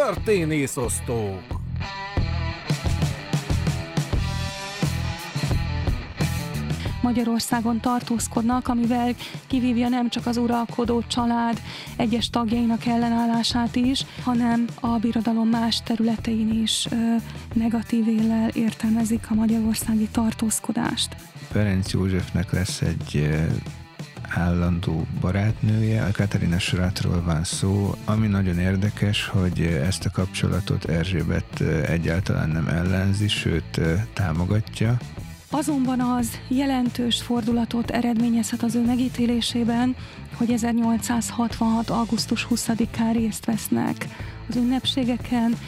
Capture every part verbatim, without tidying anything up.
Történészosztók. Magyarországon tartózkodnak, amivel kivívja nem csak az uralkodó család egyes tagjainak ellenállását is, hanem a birodalom más területein is ö, negatív éllel értelmezik a magyarországi tartózkodást. Ferenc Józsefnek lesz egy állandó barátnője, a Katarina Sratról van szó, ami nagyon érdekes, hogy ezt a kapcsolatot Erzsébet egyáltalán nem ellenzi, sőt támogatja. Azonban az jelentős fordulatot eredményezhet az ő megítélésében, hogy ezernyolcszázhatvanhat. augusztus huszadikán részt vesznek az ünnepségeken.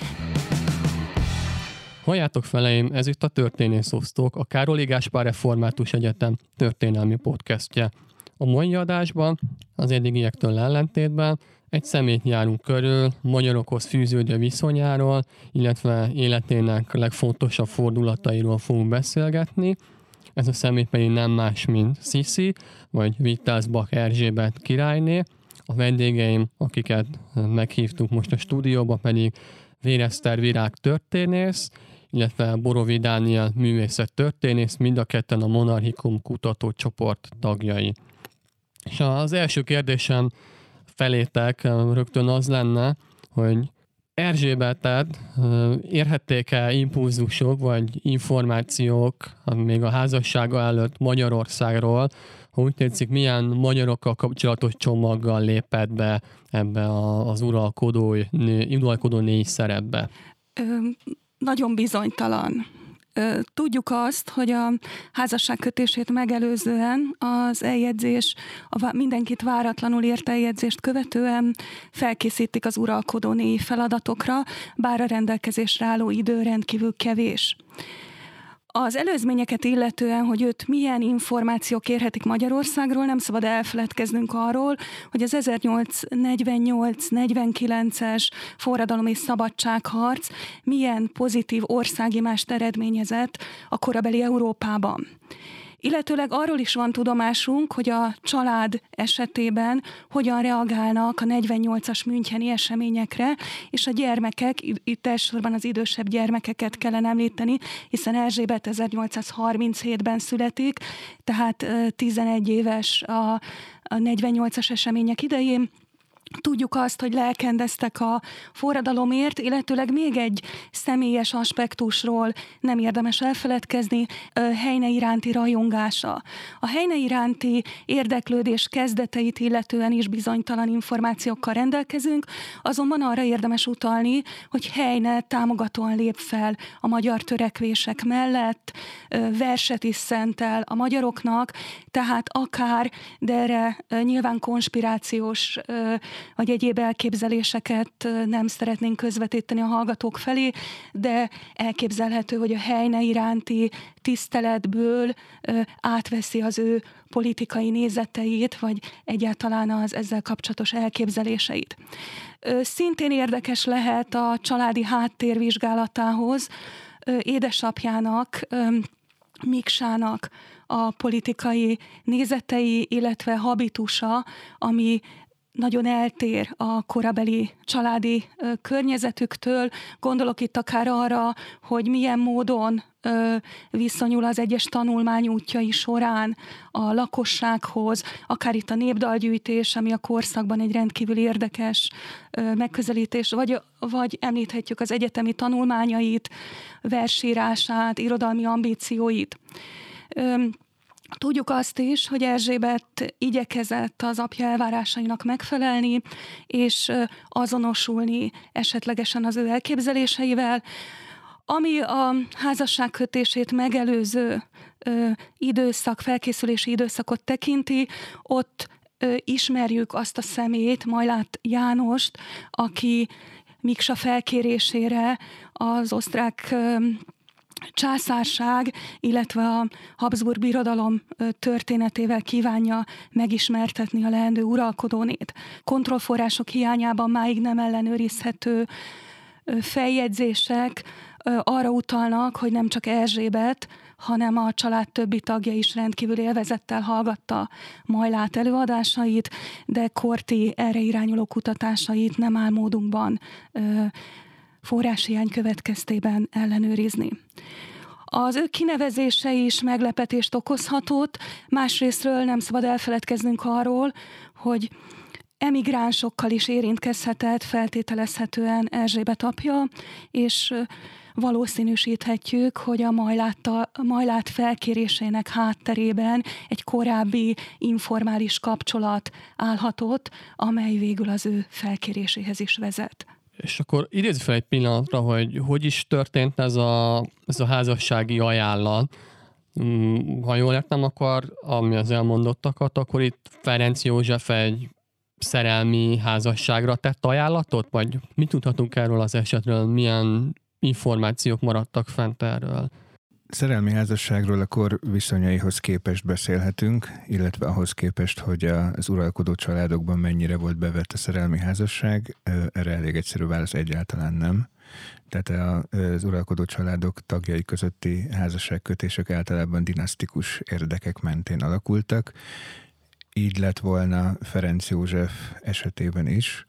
Halljátok feleim, ez itt a Történészosztók, a Károly Gáspár Református Egyetem történelmi podcastje. A mai adásban, az eddigiektől ellentétben, egy személyt járunk körül, magyarokhoz fűződő viszonyáról, illetve életének legfontosabb fordulatairól fogunk beszélgetni. Ez a személy pedig nem más, mint Sziszi, vagy Vitéz-Bak Erzsébet királyné. A vendégeim, akiket meghívtuk most a stúdióba, pedig Véreszter Virág történész, illetve Borovi Dániel művészet történész, mind a ketten a Monarchikum kutatócsoport tagjai. És az első kérdésem felétek rögtön az lenne, hogy Erzsébetet érhették-e impulzusok vagy információk még a házassága előtt Magyarországról, ha úgy tetszik, milyen magyarokkal kapcsolatos csomaggal lépett be ebbe az uralkodó, uralkodó négy szerepbe? Ö, nagyon bizonytalan. Tudjuk azt, hogy a házasság kötését megelőzően az eljegyzés, a mindenkit váratlanul ért eljegyzést követően felkészítik az uralkodó néi feladatokra, bár a rendelkezésre álló idő rendkívül kevés. Az előzményeket illetően, hogy őt milyen információk érhetik Magyarországról, nem szabad elfeledkeznünk arról, hogy az ezernyolcszáznegyvennyolc-negyvenkilences forradalom és szabadságharc milyen pozitív országimást eredményezett a korabeli Európában. Illetőleg arról is van tudomásunk, hogy a család esetében hogyan reagálnak a negyvennyolcas müncheni eseményekre, és a gyermekek, itt elsősorban az idősebb gyermekeket kellene említeni, hiszen Erzsébet ezernyolcszázharminchétben születik, tehát tizenegy éves a, a negyvennyolcas események idején. Tudjuk azt, hogy lelkendeztek a forradalomért, illetőleg még egy személyes aspektusról nem érdemes elfeledkezni, Heine iránti rajongása. A Heine iránti érdeklődés kezdeteit illetően is bizonytalan információkkal rendelkezünk, azonban arra érdemes utalni, hogy Heine támogatóan lép fel a magyar törekvések mellett, verset is szentel a magyaroknak, tehát akár, de erre nyilván konspirációs vagy egyéb elképzeléseket nem szeretnénk közvetíteni a hallgatók felé, de elképzelhető, hogy a Heine iránti tiszteletből átveszi az ő politikai nézeteit, vagy egyáltalán az ezzel kapcsolatos elképzeléseit. Szintén érdekes lehet a családi háttér vizsgálatához édesapjának, Miksának a politikai nézetei, illetve habitusa, ami nagyon eltér a korabeli családi ö, környezetüktől. Gondolok itt akár arra, hogy milyen módon ö, viszonyul az egyes tanulmányútjai során a lakossághoz, akár itt a népdalgyűjtés, ami a korszakban egy rendkívül érdekes ö, megközelítés, vagy, vagy említhetjük az egyetemi tanulmányait, versírását, irodalmi ambícióit. Ö, Tudjuk azt is, hogy Erzsébet igyekezett az apja elvárásainak megfelelni, és azonosulni esetlegesen az ő elképzeléseivel, ami a házasság kötését megelőző ö, időszak, felkészülési időszakot tekinti, ott ö, ismerjük azt a személyt, Majlát Jánost, aki Miksa felkérésére az osztrák ö, császárság, illetve a Habsburg birodalom történetével kívánja megismertetni a leendő uralkodónét. Kontrollforrások hiányában máig nem ellenőrizhető feljegyzések arra utalnak, hogy nem csak Erzsébet, hanem a család többi tagja is rendkívül élvezettel hallgatta Majlát előadásait, de Korti erre irányuló kutatásait nem áll módunkban forráshiány következtében ellenőrizni. Az ő kinevezése is meglepetést okozhatott, másrésztről nem szabad elfeledkeznünk arról, hogy emigránsokkal is érintkezhetett feltételezhetően Erzsébet apja, és valószínűsíthetjük, hogy a Majlátta, Majlát felkérésének hátterében egy korábbi informális kapcsolat állhatott, amely végül az ő felkéréséhez is vezet. És akkor idézzük fel egy pillanatra, hogy hogy is történt ez a, ez a házassági ajánlat. Ha jól értem, akkor ami az elmondottakat, akkor itt Ferenc József egy szerelmi házasságra tett ajánlatot? Vagy mit tudhatunk erről az esetről? Milyen információk maradtak fent erről? Szerelmi házasságról a kor viszonyaihoz képest beszélhetünk, illetve ahhoz képest, hogy az uralkodó családokban mennyire volt bevett a szerelmi házasság. Erre elég egyszerű válasz, egyáltalán nem. Tehát az uralkodó családok tagjai közötti házasságkötések általában dinasztikus érdekek mentén alakultak. Így lett volna Ferenc József esetében is.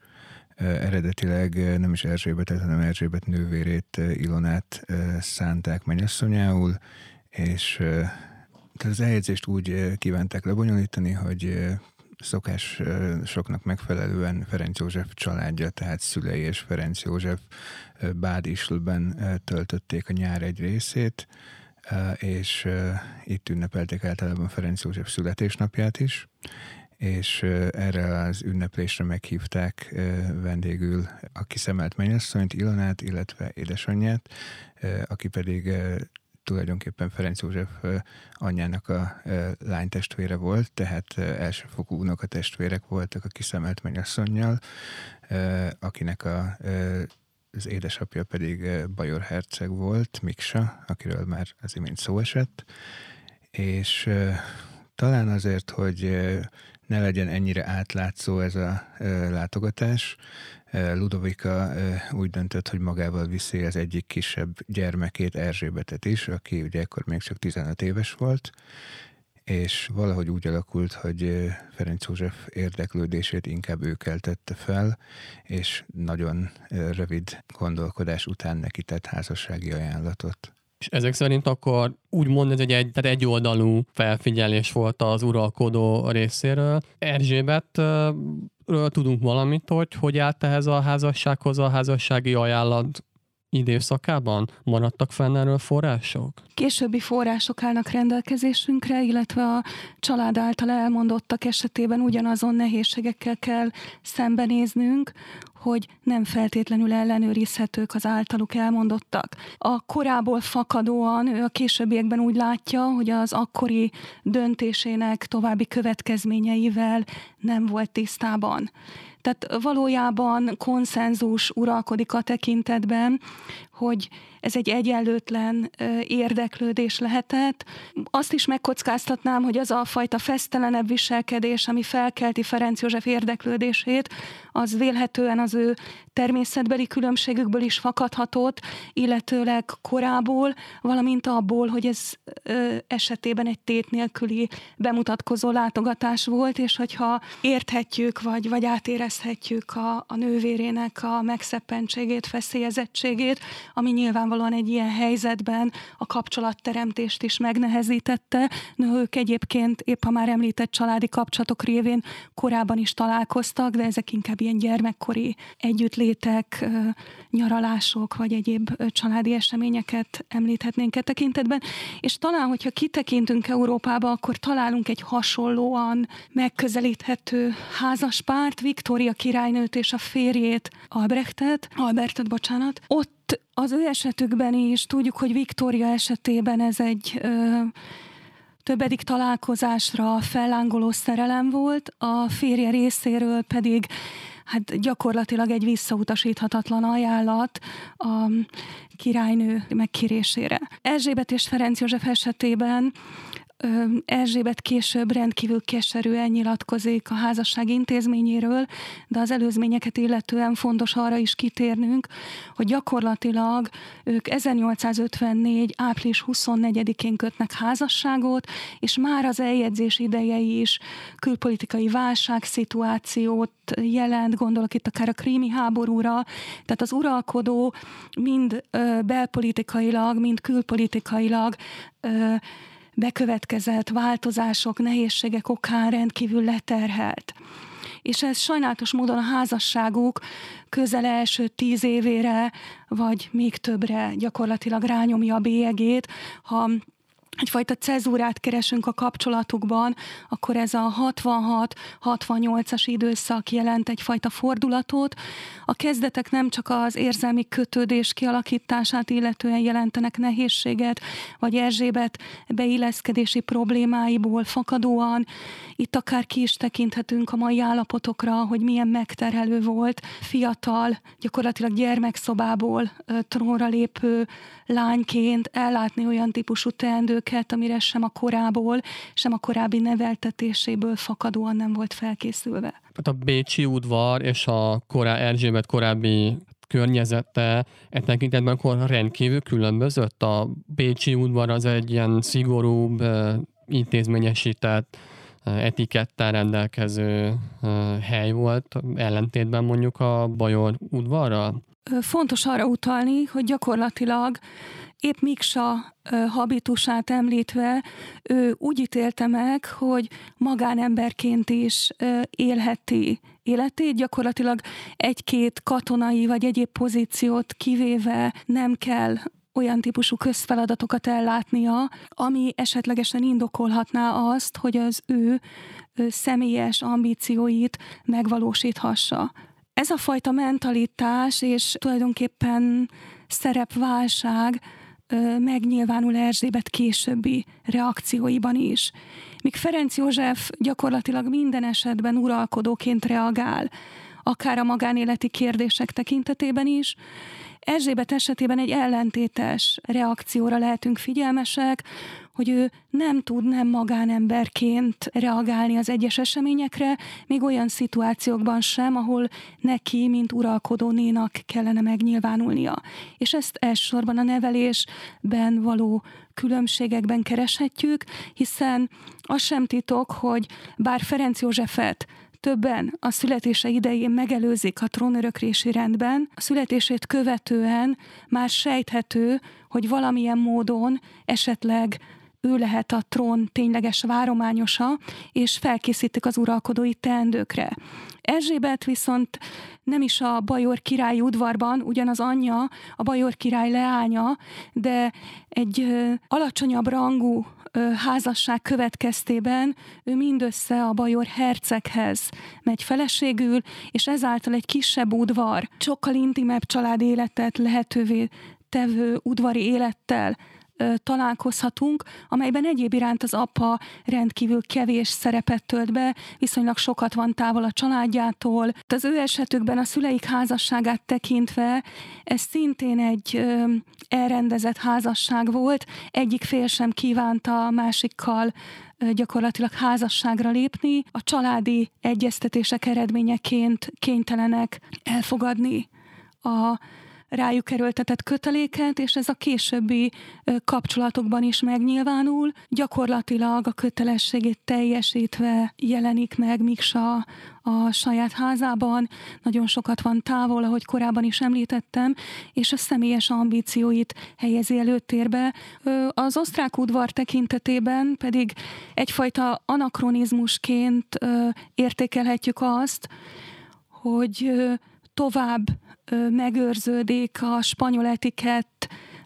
Eredetileg nem is Erzsébetet, hanem Erzsébet nővérét, Ilonát szánták mennyasszonyául, és tehát az eljegyzést úgy kívánták lebonyolítani, hogy szokásoknak megfelelően Ferenc József családja, tehát szülei és Ferenc József Bád Ischlben töltötték a nyár egy részét, és itt ünnepelték általában Ferenc József születésnapját is, és erre az ünneplésre meghívták vendégül a kiszemelt mennyasszonyt, Ilonát, illetve édesanyját, aki pedig tulajdonképpen Ferenc József anyjának a lánytestvére volt, tehát elsőfokú unokatestvérek voltak a kiszemelt mennyasszonnyal, akinek a, az édesapja pedig Bajor herceg volt, Miksa, akiről már az imént szó esett, és talán azért, hogy ne legyen ennyire átlátszó ez a látogatás, Ludovika úgy döntött, hogy magával viszi az egyik kisebb gyermekét, Erzsébetet is, aki ugye ekkor még csak tizenöt éves volt, és valahogy úgy alakult, hogy Ferenc József érdeklődését inkább ő keltette fel, és nagyon rövid gondolkodás után neki tett házassági ajánlatot. És ezek szerint akkor úgymond ez egy, egy, tehát egyoldalú felfigyelés volt az uralkodó részéről. Erzsébetről tudunk valamit, hogy hogy állt ehhez a házassághoz a házassági ajánlat időszakában? Maradtak fenn erről források? Későbbi források állnak rendelkezésünkre, illetve a család által elmondottak esetében ugyanazon nehézségekkel kell szembenéznünk, hogy nem feltétlenül ellenőrizhetők az általuk elmondottak. A korából fakadóan ő a későbbiekben úgy látja, hogy az akkori döntésének további következményeivel nem volt tisztában. Tehát valójában konszenzus uralkodik a tekintetben, hogy ez egy egyenlőtlen érdeklődés lehetett. Azt is megkockáztatnám, hogy az a fajta fesztelenebb viselkedés, ami felkelti Ferenc József érdeklődését, az vélhetően az ő természetbeli különbségükből is fakadhatott, illetőleg korából, valamint abból, hogy ez ö, esetében egy tét nélküli bemutatkozó látogatás volt, és hogyha érthetjük, vagy, vagy átérezhetjük a, a nővérének a megszeppentségét, feszélyezettségét, ami nyilvánvalóan egy ilyen helyzetben a kapcsolatteremtést is megnehezítette. No, ők egyébként épp a már említett családi kapcsolatok révén korábban is találkoztak, de ezek inkább ilyen gyermekkori együttlétek, nyaralások, vagy egyéb családi eseményeket említhetnénk e tekintetben. És talán, hogyha kitekintünk Európába, akkor találunk egy hasonlóan megközelíthető házaspárt, Viktória királynőt és a férjét, Albrechtet, Albertet, bocsánat. Ott az ő esetükben is tudjuk, hogy Viktória esetében ez egy ö, többedik találkozásra fellángoló szerelem volt, a férje részéről pedig hát gyakorlatilag egy visszautasíthatatlan ajánlat a királynő megkérésére. Erzsébet és Ferenc József esetében Erzsébet később rendkívül keserűen nyilatkozik a házasság intézményéről, de az előzményeket illetően fontos arra is kitérnünk, hogy gyakorlatilag ők ezernyolcszázötvennégy. április huszonnegyedikén kötnek házasságot, és már az eljegyzés idejei is külpolitikai válságszituációt jelent, gondolok itt akár a krími háborúra, tehát az uralkodó mind belpolitikailag, mind külpolitikailag bekövetkezett változások, nehézségek okán rendkívül leterhelt. És ez sajnálatos módon a házasságuk közel első tíz évére, vagy még többre gyakorlatilag rányomja a bélyegét. Ha egyfajta cezúrát keresünk a kapcsolatukban, akkor ez a hatvanhat hatvannyolcas időszak jelent egyfajta fordulatot. A kezdetek nem csak az érzelmi kötődés kialakítását illetően jelentenek nehézséget, vagy Erzsébet beilleszkedési problémáiból fakadóan. Itt akár ki is tekinthetünk a mai állapotokra, hogy milyen megterhelő volt fiatal, gyakorlatilag gyermekszobából trónra lépő lányként ellátni olyan típusú teendőket, amire sem a korából, sem a korábbi neveltetéséből fakadóan nem volt felkészülve. A bécsi udvar és a korá, Erzsébet korábbi környezete e tekintetben akkor rendkívül különbözött. A bécsi udvar az egy ilyen szigorúbb, intézményesített, etikettel rendelkező hely volt, ellentétben mondjuk a bajor udvarral? Fontos arra utalni, hogy gyakorlatilag épp Miksa habitusát említve, ő úgy ítélte meg, hogy magánemberként is élheti életét, gyakorlatilag egy-két katonai vagy egyéb pozíciót kivéve nem kell olyan típusú közfeladatokat ellátnia, ami esetlegesen indokolhatná azt, hogy az ő, ő személyes ambícióit megvalósíthassa. Ez a fajta mentalitás és tulajdonképpen szerepválság megnyilvánul Erzsébet későbbi reakcióiban is. Míg Ferenc József gyakorlatilag minden esetben uralkodóként reagál, akár a magánéleti kérdések tekintetében is, Erzsébet esetében egy ellentétes reakcióra lehetünk figyelmesek, hogy ő nem tud nem magánemberként reagálni az egyes eseményekre, még olyan szituációkban sem, ahol neki, mint uralkodónénak kellene megnyilvánulnia. És ezt elsősorban a nevelésben való különbségekben kereshetjük, hiszen az sem titok, hogy bár Ferenc Józsefet többen a születése idején megelőzik a trónöröklési rendben, a születését követően már sejthető, hogy valamilyen módon esetleg ő lehet a trón tényleges várományosa, és felkészítik az uralkodói teendőkre. Erzsébet viszont nem is a bajor királyi udvarban, ugyan az anyja a bajor király leánya, de egy ö, alacsonyabb rangú ö, házasság következtében ő mindössze a bajor herceghez megy feleségül, és ezáltal egy kisebb udvar, sokkal intimebb család életet lehetővé tevő udvari élettel találkozhatunk, amelyben egyéb iránt az apa rendkívül kevés szerepet tölt be, viszonylag sokat van távol a családjától. Az ő esetükben a szüleik házasságát tekintve ez szintén egy elrendezett házasság volt, egyik fél sem kívánta a másikkal gyakorlatilag házasságra lépni, a családi egyeztetések eredményeként kénytelenek elfogadni a rájuk erőltetett köteléket, és ez a későbbi kapcsolatokban is megnyilvánul. Gyakorlatilag a kötelességét teljesítve jelenik meg Miksa a saját házában, nagyon sokat van távol, ahogy korábban is említettem, és a személyes ambícióit helyezi előtérbe. Az osztrák udvar tekintetében pedig egyfajta anakronizmusként értékelhetjük azt, hogy tovább megőrződik a spanyol etikett,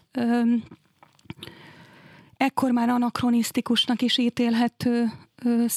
ekkor már anakronisztikusnak is ítélhető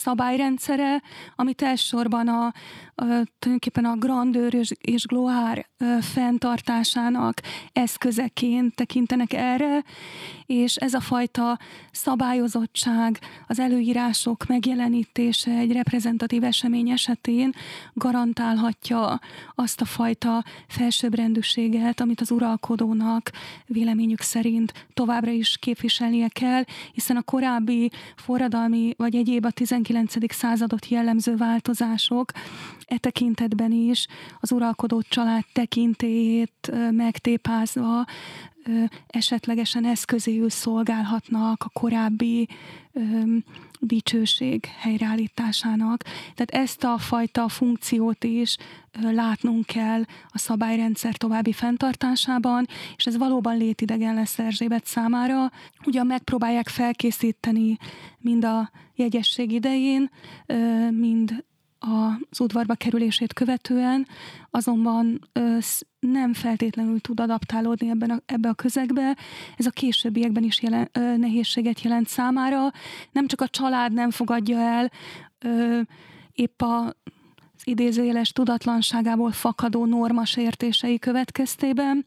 szabályrendszere, amit elsősorban a, a, tulajdonképpen a grandeur és gloire fenntartásának eszközeként tekintenek erre, és ez a fajta szabályozottság, az előírások megjelenítése egy reprezentatív esemény esetén garantálhatja azt a fajta felsőbbrendűséget, amit az uralkodónak véleményük szerint továbbra is képviselnie kell, hiszen a korábbi forradalmi vagy egyéb a tizenkilencedik századot jellemző változások e tekintetben is az uralkodó család tekintélyét megtépázva esetlegesen eszközéül szolgálhatnak a korábbi öm, dicsőség helyreállításának. Tehát ezt a fajta funkciót is ö, látnunk kell a szabályrendszer további fenntartásában, és ez valóban létidegen lesz Erzsébet számára. Ugyan megpróbálják felkészíteni mind a jegyesség idején, ö, mind az udvarba kerülését követően, azonban ö, nem feltétlenül tud adaptálódni ebben a, ebbe a közegbe. Ez a későbbiekben is jelen, ö, nehézséget jelent számára. Nem csak a család nem fogadja el, ö, épp a, az idézőjeles tudatlanságából fakadó normasértései következtében,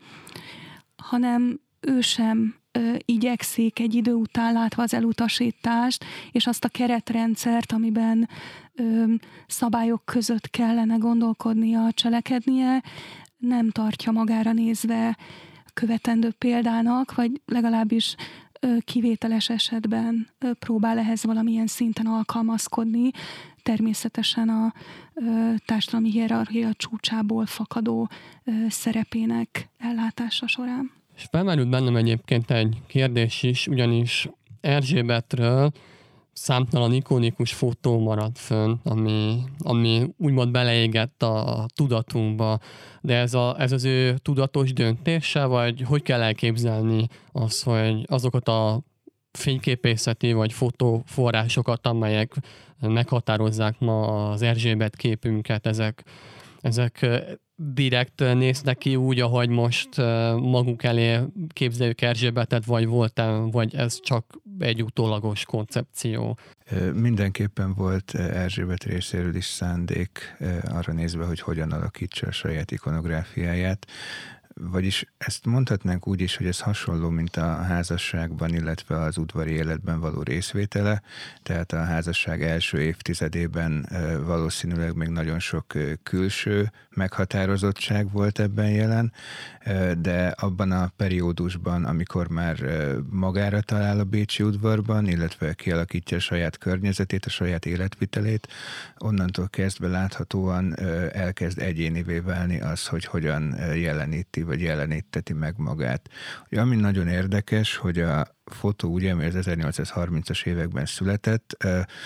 hanem ő sem ö, igyekszik egy idő után látva az elutasítást, és azt a keretrendszert, amiben ö, szabályok között kellene gondolkodnia, cselekednie, nem tartja magára nézve követendő példának, vagy legalábbis ö, kivételes esetben ö, próbál ehhez valamilyen szinten alkalmazkodni, természetesen a ö, társadalmi hierarchia csúcsából fakadó ö, szerepének ellátása során. És felmerült bennem egyébként egy kérdés is, ugyanis Erzsébetről számtalan ikonikus fotó maradt fönn, ami, ami úgymond beleégett a tudatunkba, de ez, a, ez az ő tudatos döntése, vagy hogy kell elképzelni azt, hogy azokat a fényképészeti vagy fotóforrásokat, amelyek meghatározzák ma az Erzsébet képünket, ezek, ezek direkt néznek ki úgy, ahogy most maguk elé képzeljük Erzsébetet, vagy volt-e, vagy ez csak egy utólagos koncepció? Mindenképpen volt Erzsébet részéről is szándék arra nézve, hogy hogyan alakítsa a saját ikonográfiáját. Vagyis ezt mondhatnánk úgy is, hogy ez hasonló, mint a házasságban, illetve az udvari életben való részvétele, tehát a házasság első évtizedében valószínűleg még nagyon sok külső meghatározottság volt ebben jelen, de abban a periódusban, amikor már magára talál a bécsi udvarban, illetve kialakítja a saját környezetét, a saját életvitelét, onnantól kezdve láthatóan elkezd egyénivé válni az, hogy hogyan jeleníti, vagy jeleníteti meg magát. Ugye, ami nagyon érdekes, hogy a fotó, ugye, ami az ezernyolcszázharmincas években született,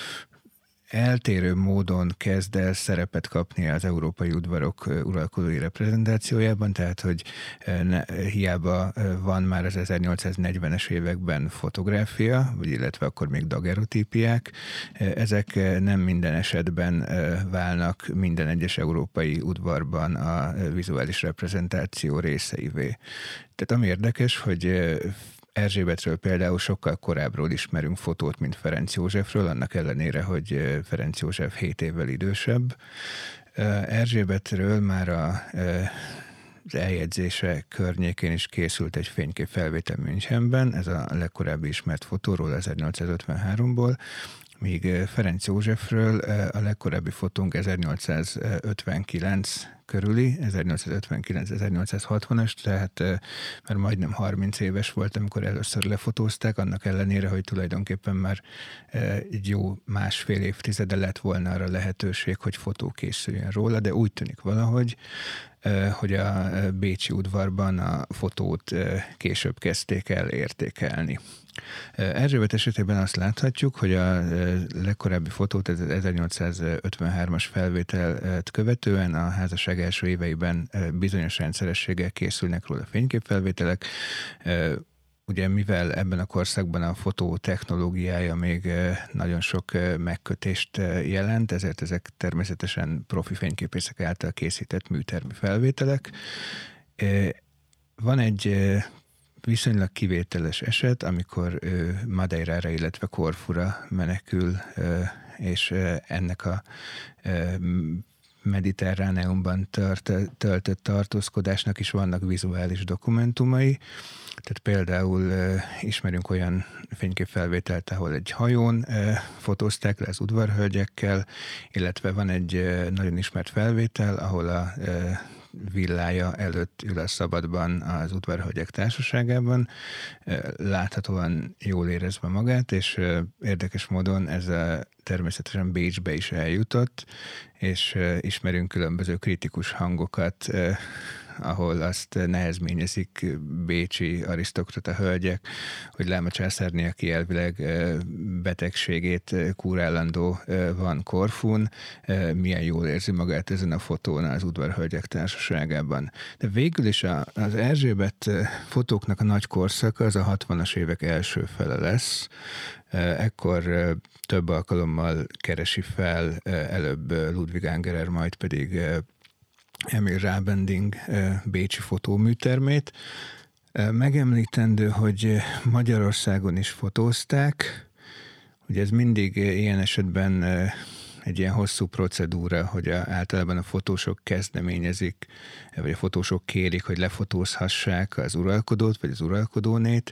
eltérő módon kezd el szerepet kapni az európai udvarok uralkodói reprezentációjában, tehát hogy ne, hiába van már az ezernyolcszáznegyvenes években fotográfia, vagy illetve akkor még dagerotípiák, ezek nem minden esetben válnak minden egyes európai udvarban a vizuális reprezentáció részeivé. Tehát ami érdekes, hogy Erzsébetről például sokkal korábbról ismerünk fotót, mint Ferenc Józsefről, annak ellenére, hogy Ferenc József hét évvel idősebb. Erzsébetről már a, az eljegyzése környékén is készült egy fényképfelvétel Münchenben, ez a legkorábbi ismert fotóról ezernyolcszázötvenháromból, míg Ferenc Józsefről a legkorábbi fotónk ezernyolcszázötvenkilenc körüli, ezernyolcszázötvenkilenc-ezernyolcszázhatvanas, tehát már majdnem harminc éves volt, amikor először lefotózták, annak ellenére, hogy tulajdonképpen már egy jó másfél évtizede lett volna arra lehetőség, hogy fotó készüljön róla, de úgy tűnik valahogy, hogy a bécsi udvarban a fotót később kezdték el értékelni. Erzsébet esetében azt láthatjuk, hogy a legkorábbi fotót, az ezernyolcszázötvenhármas felvételt követően a házasság első éveiben bizonyos rendszerességgel készülnek róla fényképfelvételek. Ugye mivel ebben a korszakban a fotó technológiája még nagyon sok megkötést jelent, ezért ezek természetesen profi fényképészek által készített műtermi felvételek. Van egy viszonylag kivételes eset, amikor Madeirára, illetve Korfura menekül, és ennek a Mediterráneumban tört, töltött tartózkodásnak is vannak vizuális dokumentumai. Tehát például uh, ismerünk olyan fényképfelvételt, ahol egy hajón uh, fotózták le az udvarhölgyekkel, illetve van egy uh, nagyon ismert felvétel, ahol a uh, villája előtt ül a szabadban az udvarhölgyek társaságában, láthatóan jól érezve magát, és érdekes módon ez a természetesen Bécsbe is eljutott, és ismerünk különböző kritikus hangokat, ahol azt nehezményezik bécsi arisztokrata hölgyek, hogy Láma császárné, aki elvileg betegségét kúrálandó van Korfun, milyen jól érzi magát ezen a fotón az udvarhölgyek társaságában. De végül is az Erzsébet fotóknak a nagy korszaka az a hatvanas évek első fele lesz. Ekkor több alkalommal keresi fel előbb Ludwig Angerer, majd pedig Emil Rabending bécsi fotóműtermét. Megemlítendő, hogy Magyarországon is fotózták. Ugye ez mindig ilyen esetben egy ilyen hosszú procedúra, hogy a, általában a fotósok kezdeményezik, vagy a fotósok kérik, hogy lefotózhassák az uralkodót, vagy az uralkodónét.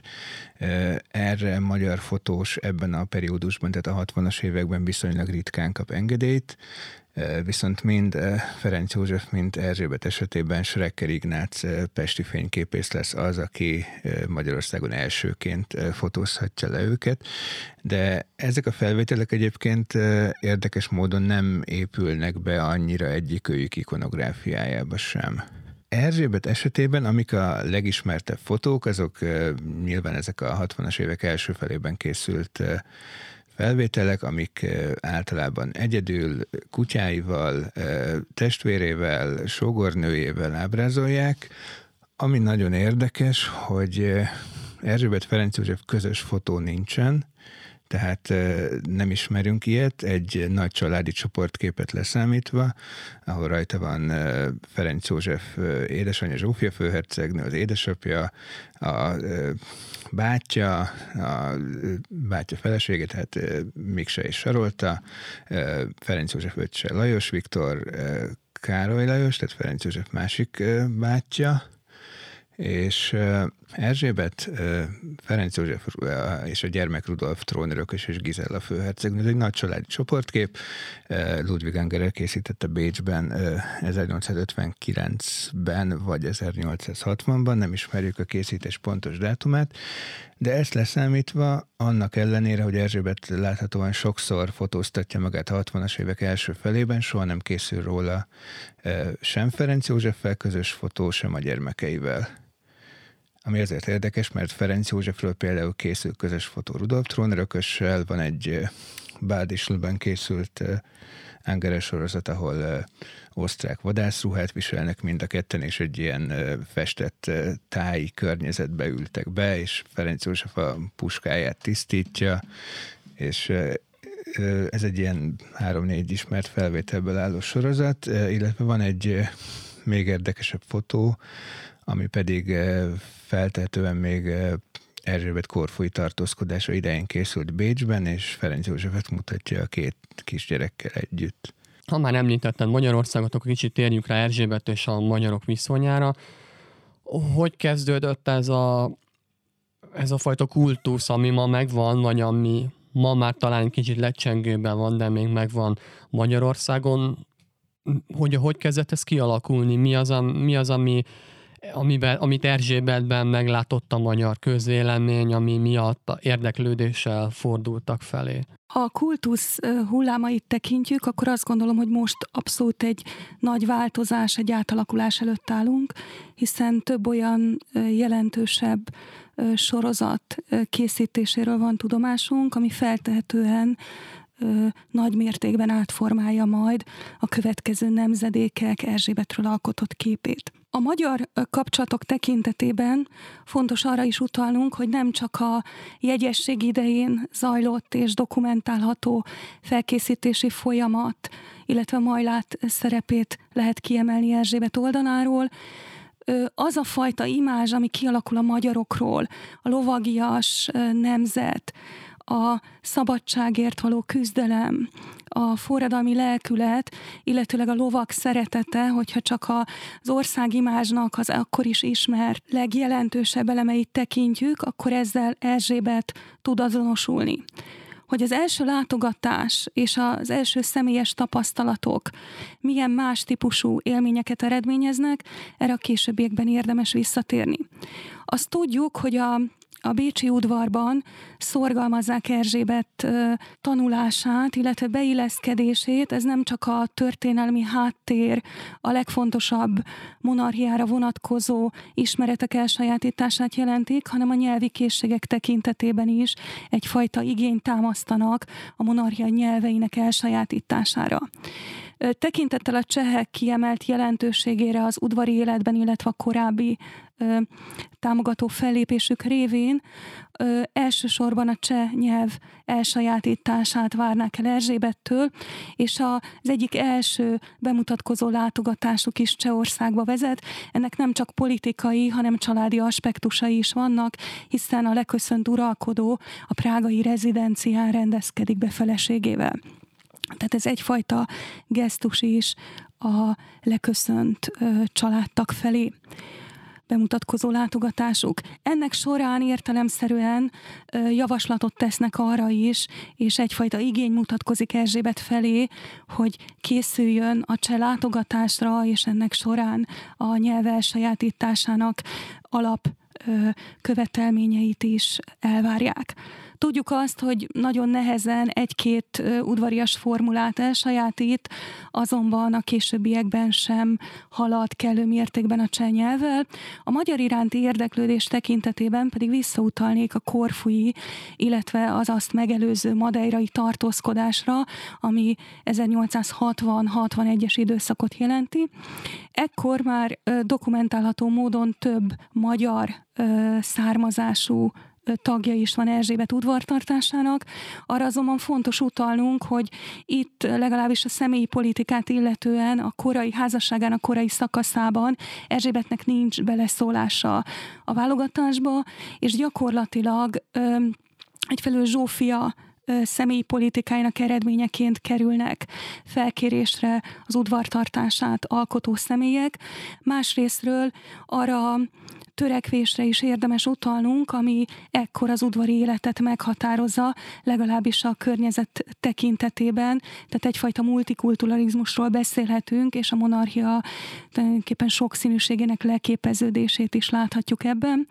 Erre magyar fotós ebben a periódusban, tehát a hatvanas években viszonylag ritkán kap engedélyt, viszont mind Ferenc József, mind Erzsébet esetében Schrecker Ignác pesti fényképész lesz az, aki Magyarországon elsőként fotózhatja le őket. De ezek a felvételek egyébként érdekes módon nem épülnek be annyira egyikőjük ikonográfiájába sem. Erzsébet esetében, amik a legismertebb fotók, azok nyilván ezek a hatvanas évek első felében készült felvételek, amik általában egyedül, kutyáival, testvérével, sógornőjével ábrázolják. Ami nagyon érdekes, hogy Erzsébet Ferenc József közös fotó nincsen, tehát nem ismerünk ilyet, egy nagy családi csoportképet leszámítva, ahol rajta van Ferenc József édesanyja Zsófia főhercegnő, az édesapja, a bátyja, a bátyja felesége, tehát Miksa és Sarolta, Ferenc József öccse Lajos Viktor, Károly Lajos, tehát Ferenc József másik bátyja, és Erzsébet, Ferenc József és a gyermek Rudolf trónörökös és Gizella főhercegnő. Ez egy nagy családi csoportkép. Ludwig Angerer készítette Bécsben ezernyolcszázötvenkilencben vagy ezernyolcszázhatvanban, nem ismerjük a készítés pontos dátumát, de ezt leszámítva, annak ellenére, hogy Erzsébet láthatóan sokszor fotóztatja magát a hatvanas évek első felében, soha nem készül róla sem Ferenc Józseffel közös fotó, sem a gyermekeivel. Ami azért érdekes, mert Ferenc Józsefről például készül közös fotó Rudolf trónörökössel, van egy Bádislben készült Angerer sorozat, ahol osztrák vadászruhát viselnek mind a ketten, és egy ilyen festett táji környezetbe ültek be, és Ferenc József a puskáját tisztítja, és ez egy ilyen három-négy ismert felvételből álló sorozat, illetve van egy még érdekesebb fotó, ami pedig feltehetően még Erzsébet korfui tartózkodása idején készült Bécsben, és Ferenc Józsefet mutatja a két kisgyerekkel együtt. Ha már említetted Magyarországot, akkor kicsit térjünk rá Erzsébet és a magyarok viszonyára. Hogy kezdődött ez a, ez a fajta kultusz, ami ma megvan, vagy ami ma már talán kicsit lecsengőben van, de még megvan Magyarországon? Hogy, hogy kezdett ez kialakulni? Mi az, a, mi az ami Amiben, amit Erzsébetben meglátott a magyar közvélemény, ami miatt érdeklődéssel fordultak felé? Ha a kultusz hullámait tekintjük, akkor azt gondolom, hogy most abszolút egy nagy változás, egy átalakulás előtt állunk, hiszen több olyan jelentősebb sorozat készítéséről van tudomásunk, ami feltehetően nagy mértékben átformálja majd a következő nemzedékek Erzsébetről alkotott képét. A magyar kapcsolatok tekintetében fontos arra is utalnunk, hogy nem csak a jegyesség idején zajlott és dokumentálható felkészítési folyamat, illetve Majlát szerepét lehet kiemelni Erzsébet oldaláról. Az a fajta imázs, ami kialakul a magyarokról, a lovagias nemzet, a szabadságért való küzdelem, a forradalmi lelkület, illetőleg a lovak szeretete, hogyha csak az országimázsnak az akkor is ismert legjelentősebb elemeit tekintjük, akkor ezzel Erzsébet tud azonosulni. Hogy az első látogatás és az első személyes tapasztalatok milyen más típusú élményeket eredményeznek, erre a későbbiekben érdemes visszatérni. Azt tudjuk, hogy a A bécsi udvarban szorgalmazzák Erzsébet tanulását, illetve beilleszkedését. Ez nem csak a történelmi háttér, a legfontosabb monarchiára vonatkozó ismeretek elsajátítását jelentik, hanem a nyelvi készségek tekintetében is egyfajta igényt támasztanak a monarchia nyelveinek elsajátítására. Tekintettel a csehek kiemelt jelentőségére az udvari életben, illetve a korábbi ö, támogató fellépésük révén ö, elsősorban a cseh nyelv elsajátítását várnák el Erzsébettől, és az egyik első bemutatkozó látogatásuk is Csehországba vezet. Ennek nem csak politikai, hanem családi aspektusai is vannak, hiszen a leköszönt uralkodó a prágai rezidencián rendezkedik be feleségével. Tehát ez egyfajta gesztus is a leköszönt ö, családtag felé bemutatkozó látogatásuk. Ennek során értelemszerűen ö, javaslatot tesznek arra is, és egyfajta igény mutatkozik Erzsébet felé, hogy készüljön a cseh látogatásra, és ennek során a nyelv elsajátításának alap ö, követelményeit is elvárják. Tudjuk azt, hogy nagyon nehezen egy-két udvarias formulát elsajátít, azonban a későbbiekben sem halad kellő mértékben a cseh nyelvvel. A magyar iránti érdeklődés tekintetében pedig visszautalnék a korfui, illetve az azt megelőző madeirai tartózkodásra, ami ezernyolcszázhatvan-hatvanegyes időszakot jelenti. Ekkor már dokumentálható módon több magyar származású tagja is van Erzsébet udvartartásának. Arra azonban fontos utalnunk, hogy itt legalábbis a személyi politikát illetően a korai házasságának korai szakaszában Erzsébetnek nincs beleszólása a válogatásba, és gyakorlatilag ö, egyfelől Zsófia személyi politikájának eredményeként kerülnek felkérésre az udvartartását alkotó személyek. Másrésztről arra törekvésre is érdemes utalnunk, ami ekkor az udvari életet meghatározza, legalábbis a környezet tekintetében, tehát egyfajta multikulturalizmusról beszélhetünk, és a monarchia tulajdonképpen sokszínűségének leképeződését is láthatjuk ebben.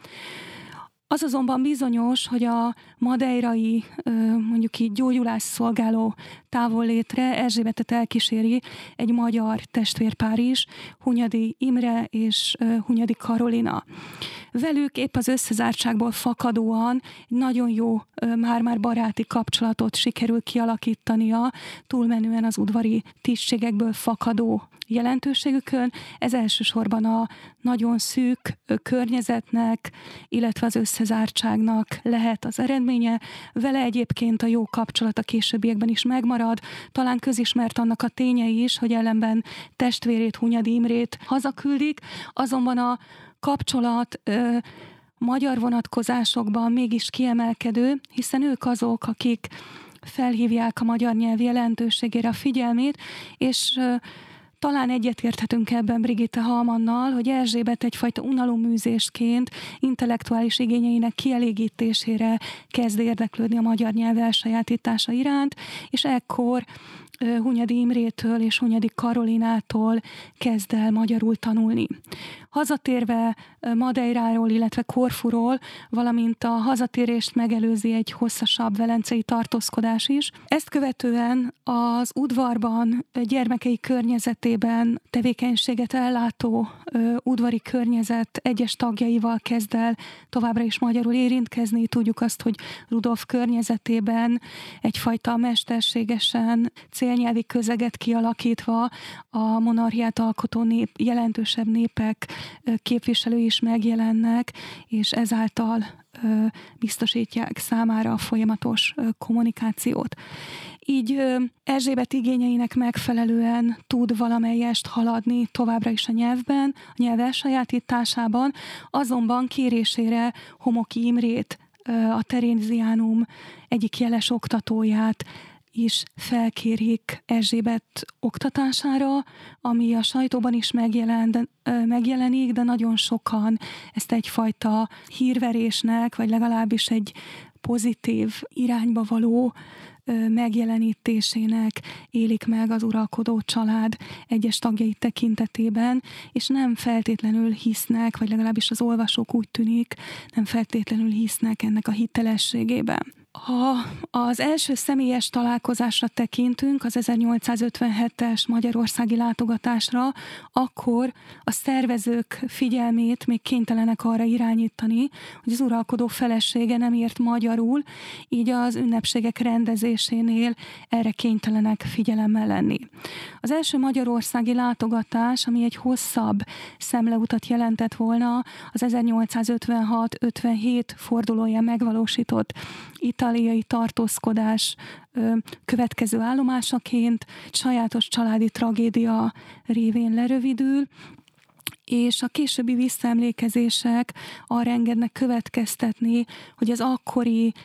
Az azonban bizonyos, hogy a madeirai, mondjuk így gyógyulásszolgáló távollétre Erzsébetet elkíséri egy magyar testvérpár is, Hunyadi Imre és Hunyadi Karolina. Velük épp az összezártságból fakadóan egy nagyon jó, már-már baráti kapcsolatot sikerül kialakítania, túlmenően az udvari tisztségekből fakadó jelentőségükön. Ez elsősorban a nagyon szűk környezetnek, illetve az összezártságnak lehet az eredménye. Vele egyébként a jó kapcsolat a későbbiekben is megmarad. Talán közismert annak a ténye is, hogy ellenben testvérét, Hunyadi Imrét hazaküldik, azonban a kapcsolat ö, magyar vonatkozásokban mégis kiemelkedő, hiszen ők azok, akik felhívják a magyar nyelv jelentőségére a figyelmét, és ö, talán egyetérthetünk ebben Brigitte Hallmannnal, hogy Erzsébet egyfajta unalomműzésként intellektuális igényeinek kielégítésére kezd érdeklődni a magyar nyelv elsajátítása iránt, és ekkor Hunyadi Imrétől és Hunyadi Karolinától kezd el magyarul tanulni. Hazatérve Madeiráról, illetve Korfuról, valamint a hazatérést megelőzi egy hosszasabb velencei tartózkodás is. Ezt követően az udvarban, gyermekei környezetében tevékenységet ellátó ö, udvari környezet egyes tagjaival kezd el továbbra is magyarul érintkezni. Tudjuk azt, hogy Rudolf környezetében egyfajta mesterségesen célnyelvi közeget kialakítva a monarchiát alkotó nép, jelentősebb népek képviselői is megjelennek, és ezáltal biztosítják számára a folyamatos kommunikációt. Így Erzsébet igényeinek megfelelően tud valamelyest haladni továbbra is a nyelvben, a nyelv elsajátításában, azonban kérésére Homoki Imrét a Teréziánum egyik jeles oktatóját is felkérik Erzsébet oktatására, ami a sajtóban is megjelent, megjelenik, de nagyon sokan ezt egyfajta hírverésnek, vagy legalábbis egy pozitív irányba való megjelenítésének élik meg az uralkodó család egyes tagjai tekintetében, és nem feltétlenül hisznek, vagy legalábbis az olvasók úgy tűnik, nem feltétlenül hisznek ennek a hitelességében. Ha az első személyes találkozásra tekintünk, az ezernyolcszázötvenhetes magyarországi látogatásra, akkor a szervezők figyelmét még kénytelenek arra irányítani, hogy az uralkodó felesége nem ért magyarul, így az ünnepségek rendezésénél erre kénytelenek figyelemmel lenni. Az első magyarországi látogatás, ami egy hosszabb szemleutat jelentett volna, az ezernyolcszázötvenhat-ötvenhét fordulóján megvalósított itáliai tartózkodás következő állomásaként, sajátos családi tragédia révén lerövidül, és a későbbi visszaemlékezések arra engednek következtetni, hogy az akkori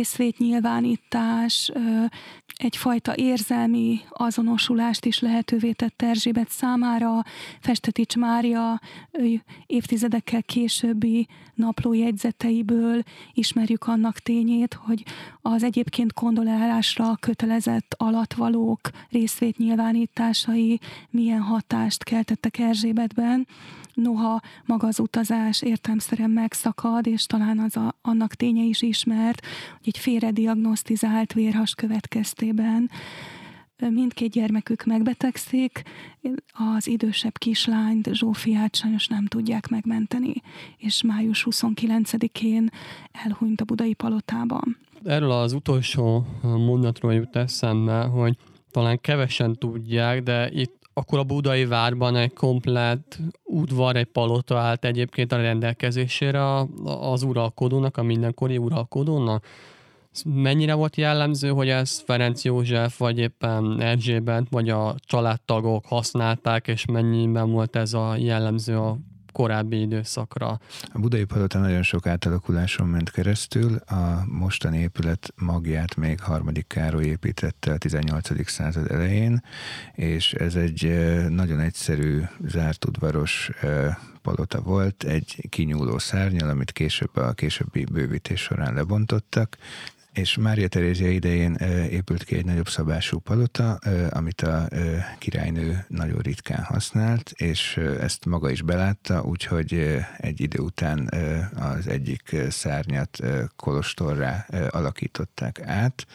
részvétnyilvánítás egyfajta érzelmi azonosulást is lehetővé tett Erzsébet számára. Festetics Mária évtizedekkel későbbi naplójegyzeteiből ismerjük annak tényét, hogy az egyébként kondolálásra kötelezett alattvalók részvétnyilvánításai milyen hatást keltettek Erzsébetben. Noha maga az utazás értelemszerűen megszakad, és talán az a, annak ténye is ismert, hogy egy félrediagnosztizált vérhas következtében mindkét gyermekük megbetegszik, az idősebb kislányt, Zsófiát sajnos nem tudják megmenteni, és május huszonkilencedikén elhunyt a budai palotában. Erről az utolsó mondatról jut eszembe, hogy talán kevesen tudják, de itt akkor a budai várban egy komplett udvar, egy palota állt egyébként a rendelkezésére az uralkodónak, a mindenkori uralkodónak. Mennyire volt jellemző, hogy ezt Ferenc József, vagy éppen Erzsébet, vagy a családtagok használták, és mennyiben volt ez a jellemző a korábbi időszakra? A budai palota nagyon sok átalakuláson ment keresztül. A mostani épület magját még harmadik Károly építette a tizennyolcadik század elején, és ez egy nagyon egyszerű, zárt udvaros palota volt, egy kinyúló szárnnyal, amit később a későbbi bővítés során lebontottak, és Mária Terézia idején épült ki egy nagyobb szabású palota, amit a királynő nagyon ritkán használt, és ezt maga is belátta, úgyhogy egy idő után az egyik szárnyat kolostorrá alakították át,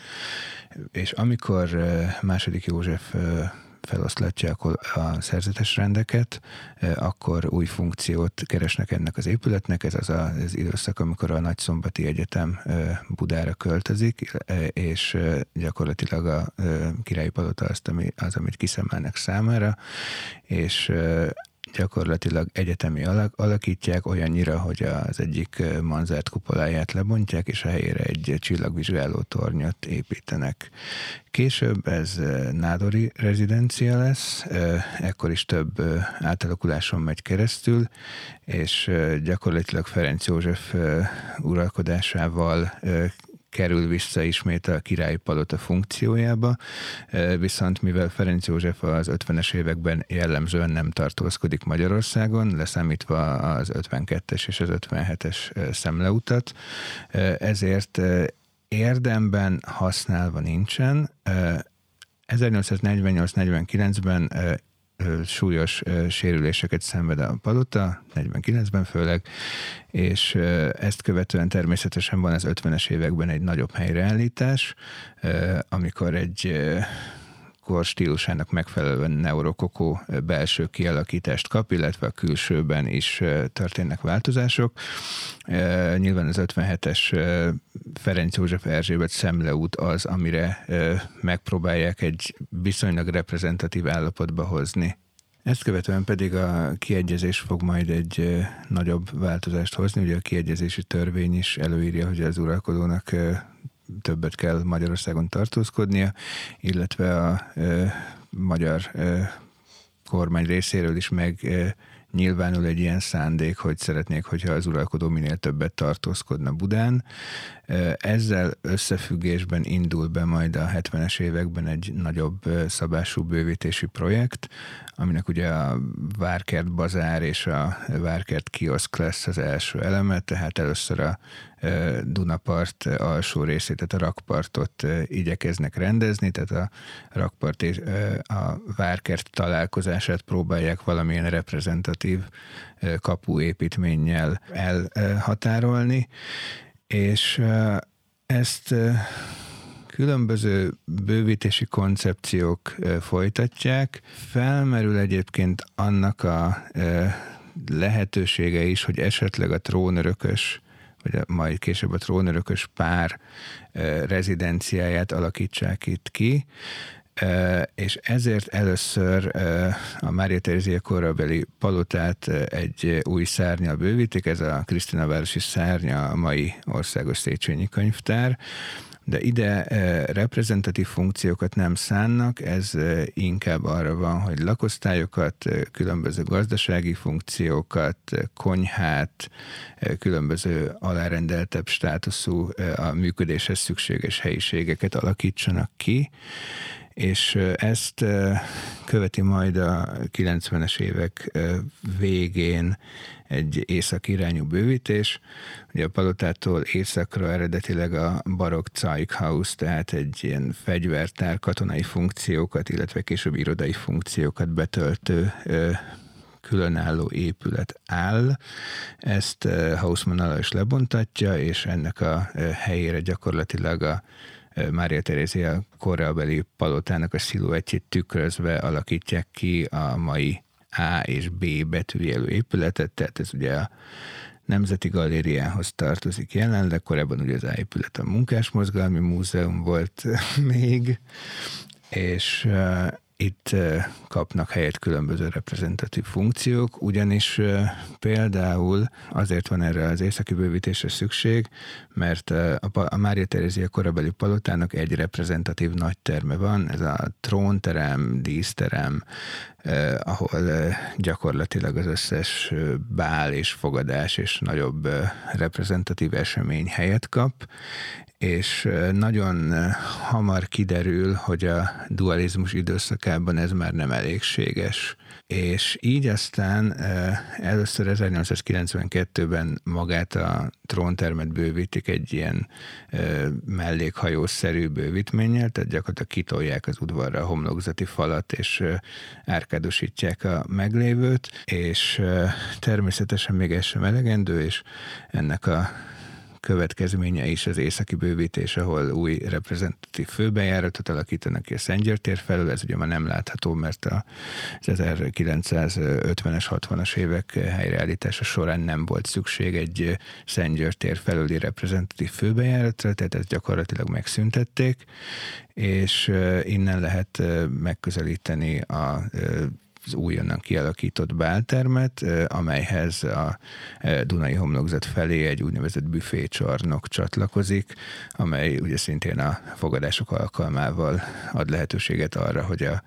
és amikor második József feloszlatja a szerzetes rendeket, akkor új funkciót keresnek ennek az épületnek. Ez az az időszak, amikor a Nagyszombati Egyetem Budára költözik, és gyakorlatilag a királyi palota az, az amit kiszemelnek számára, és gyakorlatilag egyetemi alak, alakítják olyannyira, hogy az egyik manzárt kupoláját lebontják, és a helyére egy csillagvizsgáló tornyot építenek. Később ez nádori rezidencia lesz, ekkor is több átalakuláson megy keresztül, és gyakorlatilag Ferenc József uralkodásával kerül vissza ismét a királyi palota funkciójába, viszont mivel Ferenc József az ötvenes években jellemzően nem tartózkodik Magyarországon, leszámítva az ötvenkettes és az ötvenhetes szemleutat, ezért érdemben használva nincsen. ezernyolcszáznegyvennyolc-negyvenkilencben súlyos sérüléseket szenved a palota, negyvenkilencben főleg, és ezt követően természetesen van az ötvenes években egy nagyobb helyreállítás, amikor egy kor stílusának megfelelően neorokokó belső kialakítást kap, illetve a külsőben is történnek változások. Nyilván az ötvenhetes Ferenc József Erzsébet szemleút az, amire megpróbálják egy viszonylag reprezentatív állapotba hozni. Ezt követően pedig a kiegyezés fog majd egy nagyobb változást hozni. Ugye a kiegyezési törvény is előírja, hogy az uralkodónak többet kell Magyarországon tartózkodnia, illetve a e, magyar e, kormány részéről is nyilvánul egy ilyen szándék, hogy szeretnék, hogyha az uralkodó minél többet tartózkodna Budán. Ezzel összefüggésben indul be majd a hetvenes években egy nagyobb szabású bővítési projekt, aminek ugye a Várkert bazár és a Várkert kioszk lesz az első eleme, tehát először a Dunapart alsó részét, tehát a rakpartot igyekeznek rendezni, tehát a rakpart és a Várkert találkozását próbálják valamilyen reprezentatív kapuépítménnyel elhatárolni, és ezt különböző bővítési koncepciók folytatják. Felmerül egyébként annak a lehetősége is, hogy esetleg a trónörökös, vagy a, majd később a trónörökös pár rezidenciáját alakítsák itt ki, és ezért először a Mária Terézia korabeli palotát egy új szárnyal bővítik, ez a Krisztinavárosi szárnya, a mai Országos Széchenyi Könyvtár, de ide reprezentatív funkciókat nem szánnak, ez inkább arra van, hogy lakosztályokat, különböző gazdasági funkciókat, konyhát, különböző alárendeltebb státuszú a működéshez szükséges helyiségeket alakítsanak ki, és ezt követi majd a kilencvenes évek végén egy északi irányú bővítés. Ugye a palotától északra eredetileg a barokk Zeughaus, tehát egy ilyen fegyvertár, katonai funkciókat, illetve később irodai funkciókat betöltő különálló épület áll. Ezt Haussmann Alajos lebontatja, és ennek a helyére gyakorlatilag a Mária Terézia korabeli palotának a sziluettjét tükrözve alakítják ki a mai A és B betűjelű épületet, tehát ez ugye a Nemzeti Galériához tartozik jelenleg, korábban ugye az A épület a Munkásmozgalmi Múzeum volt még, és uh, itt uh, kapnak helyet különböző reprezentatív funkciók, ugyanis uh, például azért van erre az északi bővítésre szükség, mert uh, a, a Mária Terézia korabeli palotának egy reprezentatív nagyterme van, ez a trónterem, díszterem, Uh, ahol uh, gyakorlatilag az összes uh, bál és fogadás és nagyobb uh, reprezentatív esemény helyet kap, és uh, nagyon uh, hamar kiderül, hogy a dualizmus időszakában ez már nem elégséges. És így aztán uh, először ezernyolcszázkilencvenkettőben magát a tróntermet bővítik egy ilyen uh, mellékhajószerű bővítménnyel, tehát gyakorlatilag kitolják az udvarra a homlokzati falat, és uh, árkádosítják a meglévőt, és uh, természetesen még ez sem elegendő, és ennek a következménye is az északi bővítés, ahol új reprezentatív főbejáratot alakítanak ki a Szent György tér felől, ez ugye már nem látható, mert az ezerkilencszázötvenes, hatvanas évek helyreállítása során nem volt szükség egy Szent György tér felüli reprezentatív főbejáratra, tehát ezt gyakorlatilag megszüntették, és innen lehet megközelíteni a az újonnan kialakított báltermet, amelyhez a Dunai homlokzat felé egy úgynevezett büfécsarnok csatlakozik, amely ugye szintén a fogadások alkalmával ad lehetőséget arra, hogy a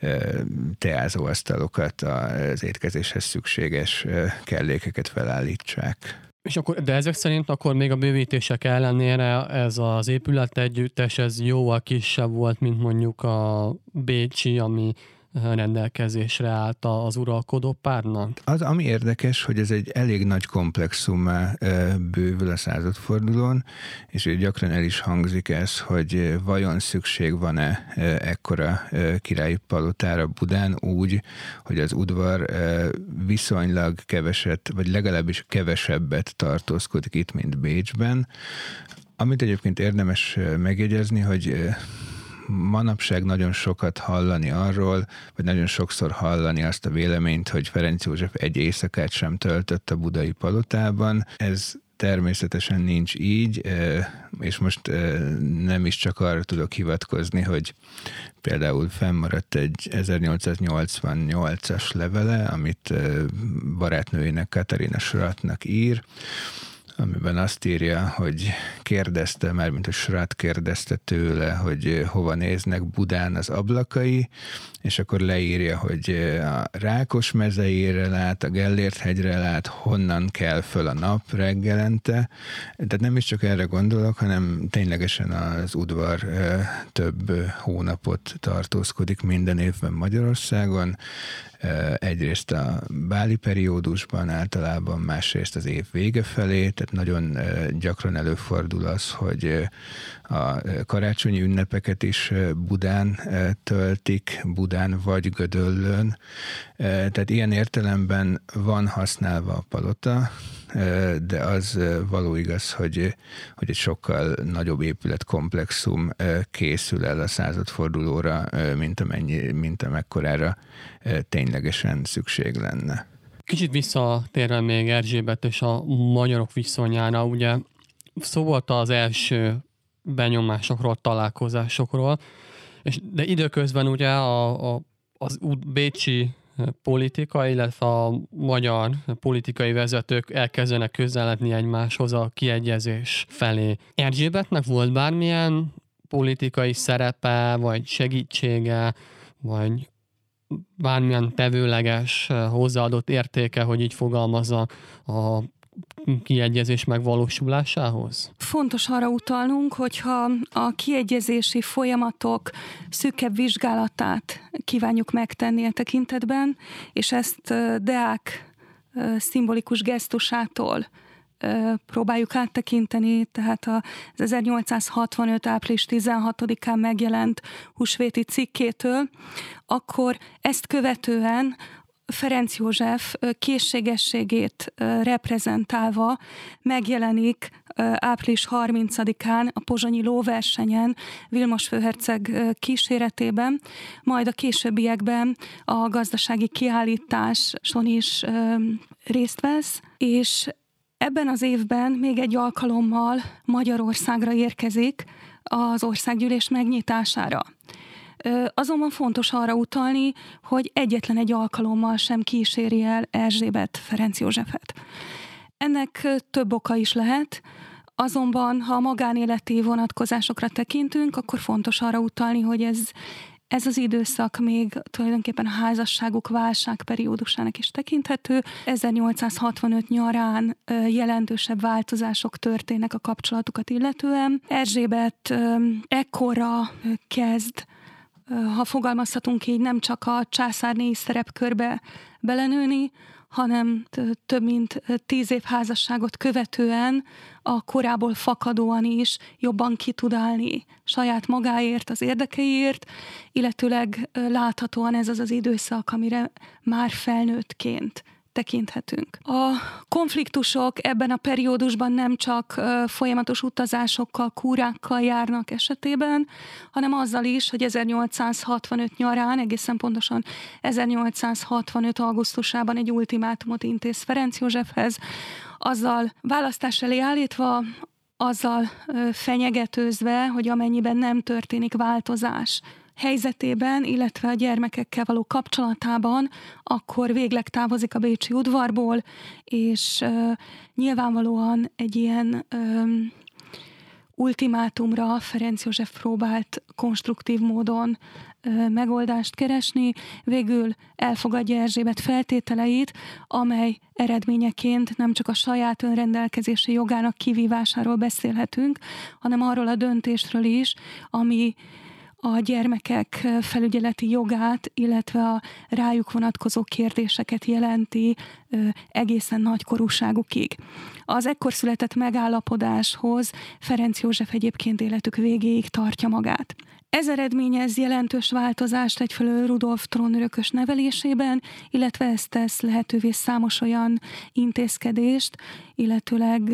teázóasztalokat, az étkezéshez szükséges kellékeket felállítsák. És akkor, de ezek szerint akkor még a bővítések ellenére ez az épület együttes, ez jóval kisebb volt, mint mondjuk a bécsi, ami rendelkezésre állt az uralkodó párnak? Az, ami érdekes, hogy ez egy elég nagy komplexummá bővül a századfordulón, és gyakran el is hangzik ez, hogy vajon szükség van-e ekkora királyi palotára Budán úgy, hogy az udvar viszonylag keveset, vagy legalábbis kevesebbet tartózkodik itt, mint Bécsben. Amit egyébként érdemes megjegyezni, hogy manapság nagyon sokat hallani arról, vagy nagyon sokszor hallani azt a véleményt, hogy Ferenc József egy éjszakát sem töltött a budai palotában. Ez természetesen nincs így, és most nem is csak arra tudok hivatkozni, hogy például fennmaradt egy ezernyolcszáznyolcvannyolcas levele, amit barátnőjének, Katarina Schratnak ír, amiben azt írja, hogy kérdezte, mármint a Srát kérdezte tőle, hogy hova néznek Budán az ablakai, és akkor leírja, hogy a Rákos mezeire lát, a Gellért-hegyre lát, honnan kell föl a nap reggelente. Tehát nem is csak erre gondolok, hanem ténylegesen az udvar több hónapot tartózkodik minden évben Magyarországon. Egyrészt a báli periódusban általában, másrészt az év vége felé, tehát nagyon gyakran előfordul az, hogy a karácsonyi ünnepeket is Budán töltik, Budán vagy Gödöllőn. Tehát ilyen értelemben van használva a palota, de az való igaz, hogy, hogy egy sokkal nagyobb épületkomplexum készül el a századfordulóra, mint, amennyi, mint amekkorára ténylegesen szükség lenne. Kicsit visszatérve még Erzsébet és a magyarok viszonyára, ugye szó volt az első benyomásokról, találkozásokról, és, de időközben ugye a, a, az bécsi politika, illetve a magyar politikai vezetők elkezdenek közeledni egymáshoz a kiegyezés felé. Erzsébetnek volt bármilyen politikai szerepe, vagy segítsége, vagy bármilyen tevőleges hozzáadott értéke, hogy így fogalmazza, a kiegyezés megvalósulásához? Fontos arra utalnunk, hogyha a kiegyezési folyamatok szűkebb vizsgálatát kívánjuk megtenni a tekintetben, és ezt Deák szimbolikus gesztusától próbáljuk áttekinteni, tehát az ezernyolcszázhatvanöt április tizenhatodikán megjelent húsvéti cikkétől, akkor ezt követően Ferenc József készségességét reprezentálva megjelenik április harmincadikán a pozsonyi lóversenyen Vilmos főherceg kíséretében, majd a későbbiekben a gazdasági kiállításon is részt vesz, és ebben az évben még egy alkalommal Magyarországra érkezik az országgyűlés megnyitására. Azonban fontos arra utalni, hogy egyetlen egy alkalommal sem kíséri el Erzsébet Ferenc Józsefet. Ennek több oka is lehet, azonban ha a magánéleti vonatkozásokra tekintünk, akkor fontos arra utalni, hogy ez, ez az időszak még tulajdonképpen a házasságuk válságperiódusának is tekinthető. ezernyolcszázhatvanöt nyarán jelentősebb változások történnek a kapcsolatukat illetően. Erzsébet ekkorra kezd, ha fogalmazhatunk így, nem csak a császárnéi szerepkörbe belenőni, hanem több mint tíz év házasságot követően a korából fakadóan is jobban ki tud állni saját magáért, az érdekeiért, illetőleg láthatóan ez az az időszak, amire már felnőttként tekinthetünk. A konfliktusok ebben a periódusban nem csak folyamatos utazásokkal, kúrákkal járnak esetében, hanem azzal is, hogy ezernyolcszázhatvanöt nyarán, egészen pontosan ezernyolcszázhatvanöt augusztusában egy ultimátumot intéz Ferenc Józsefhez, azzal választás elé állítva, azzal fenyegetőzve, hogy amennyiben nem történik változás helyzetében, illetve a gyermekekkel való kapcsolatában, akkor végleg távozik a bécsi udvarból, és uh, nyilvánvalóan egy ilyen um, ultimátumra Ferenc József próbált konstruktív módon uh, megoldást keresni. Végül elfogadja Erzsébet feltételeit, amely eredményeként nem csak a saját önrendelkezési jogának kivívásáról beszélhetünk, hanem arról a döntésről is, ami a gyermekek felügyeleti jogát, illetve a rájuk vonatkozó kérdéseket jelenti egészen nagykorúságukig. Az ekkor született megállapodáshoz Ferenc József egyébként életük végéig tartja magát. Ez eredményez jelentős változást egyfelől Rudolf trónörökös nevelésében, illetve ez tesz lehetővé számos olyan intézkedést, illetőleg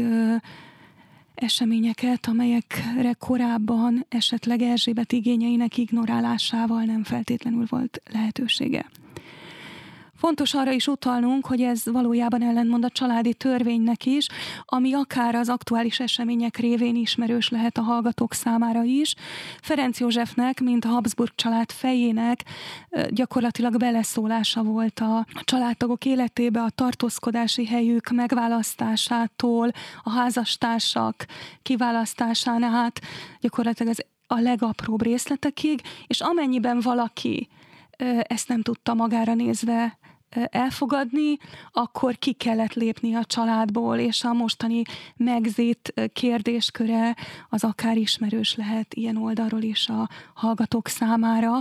eseményeket, amelyekre korábban esetleg Erzsébet igényeinek ignorálásával nem feltétlenül volt lehetősége. Fontos arra is utalnunk, hogy ez valójában ellentmond a családi törvénynek is, ami akár az aktuális események révén ismerős lehet a hallgatók számára is. Ferenc Józsefnek, mint a Habsburg család fejének gyakorlatilag beleszólása volt a családtagok életébe, a tartózkodási helyük megválasztásától, a házastársak kiválasztásán át, gyakorlatilag az a legapróbb részletekig, és amennyiben valaki ezt nem tudta magára nézve elfogadni, akkor ki kellett lépni a családból, és a mostani megzét kérdésköre az akár ismerős lehet ilyen oldalról is a hallgatók számára.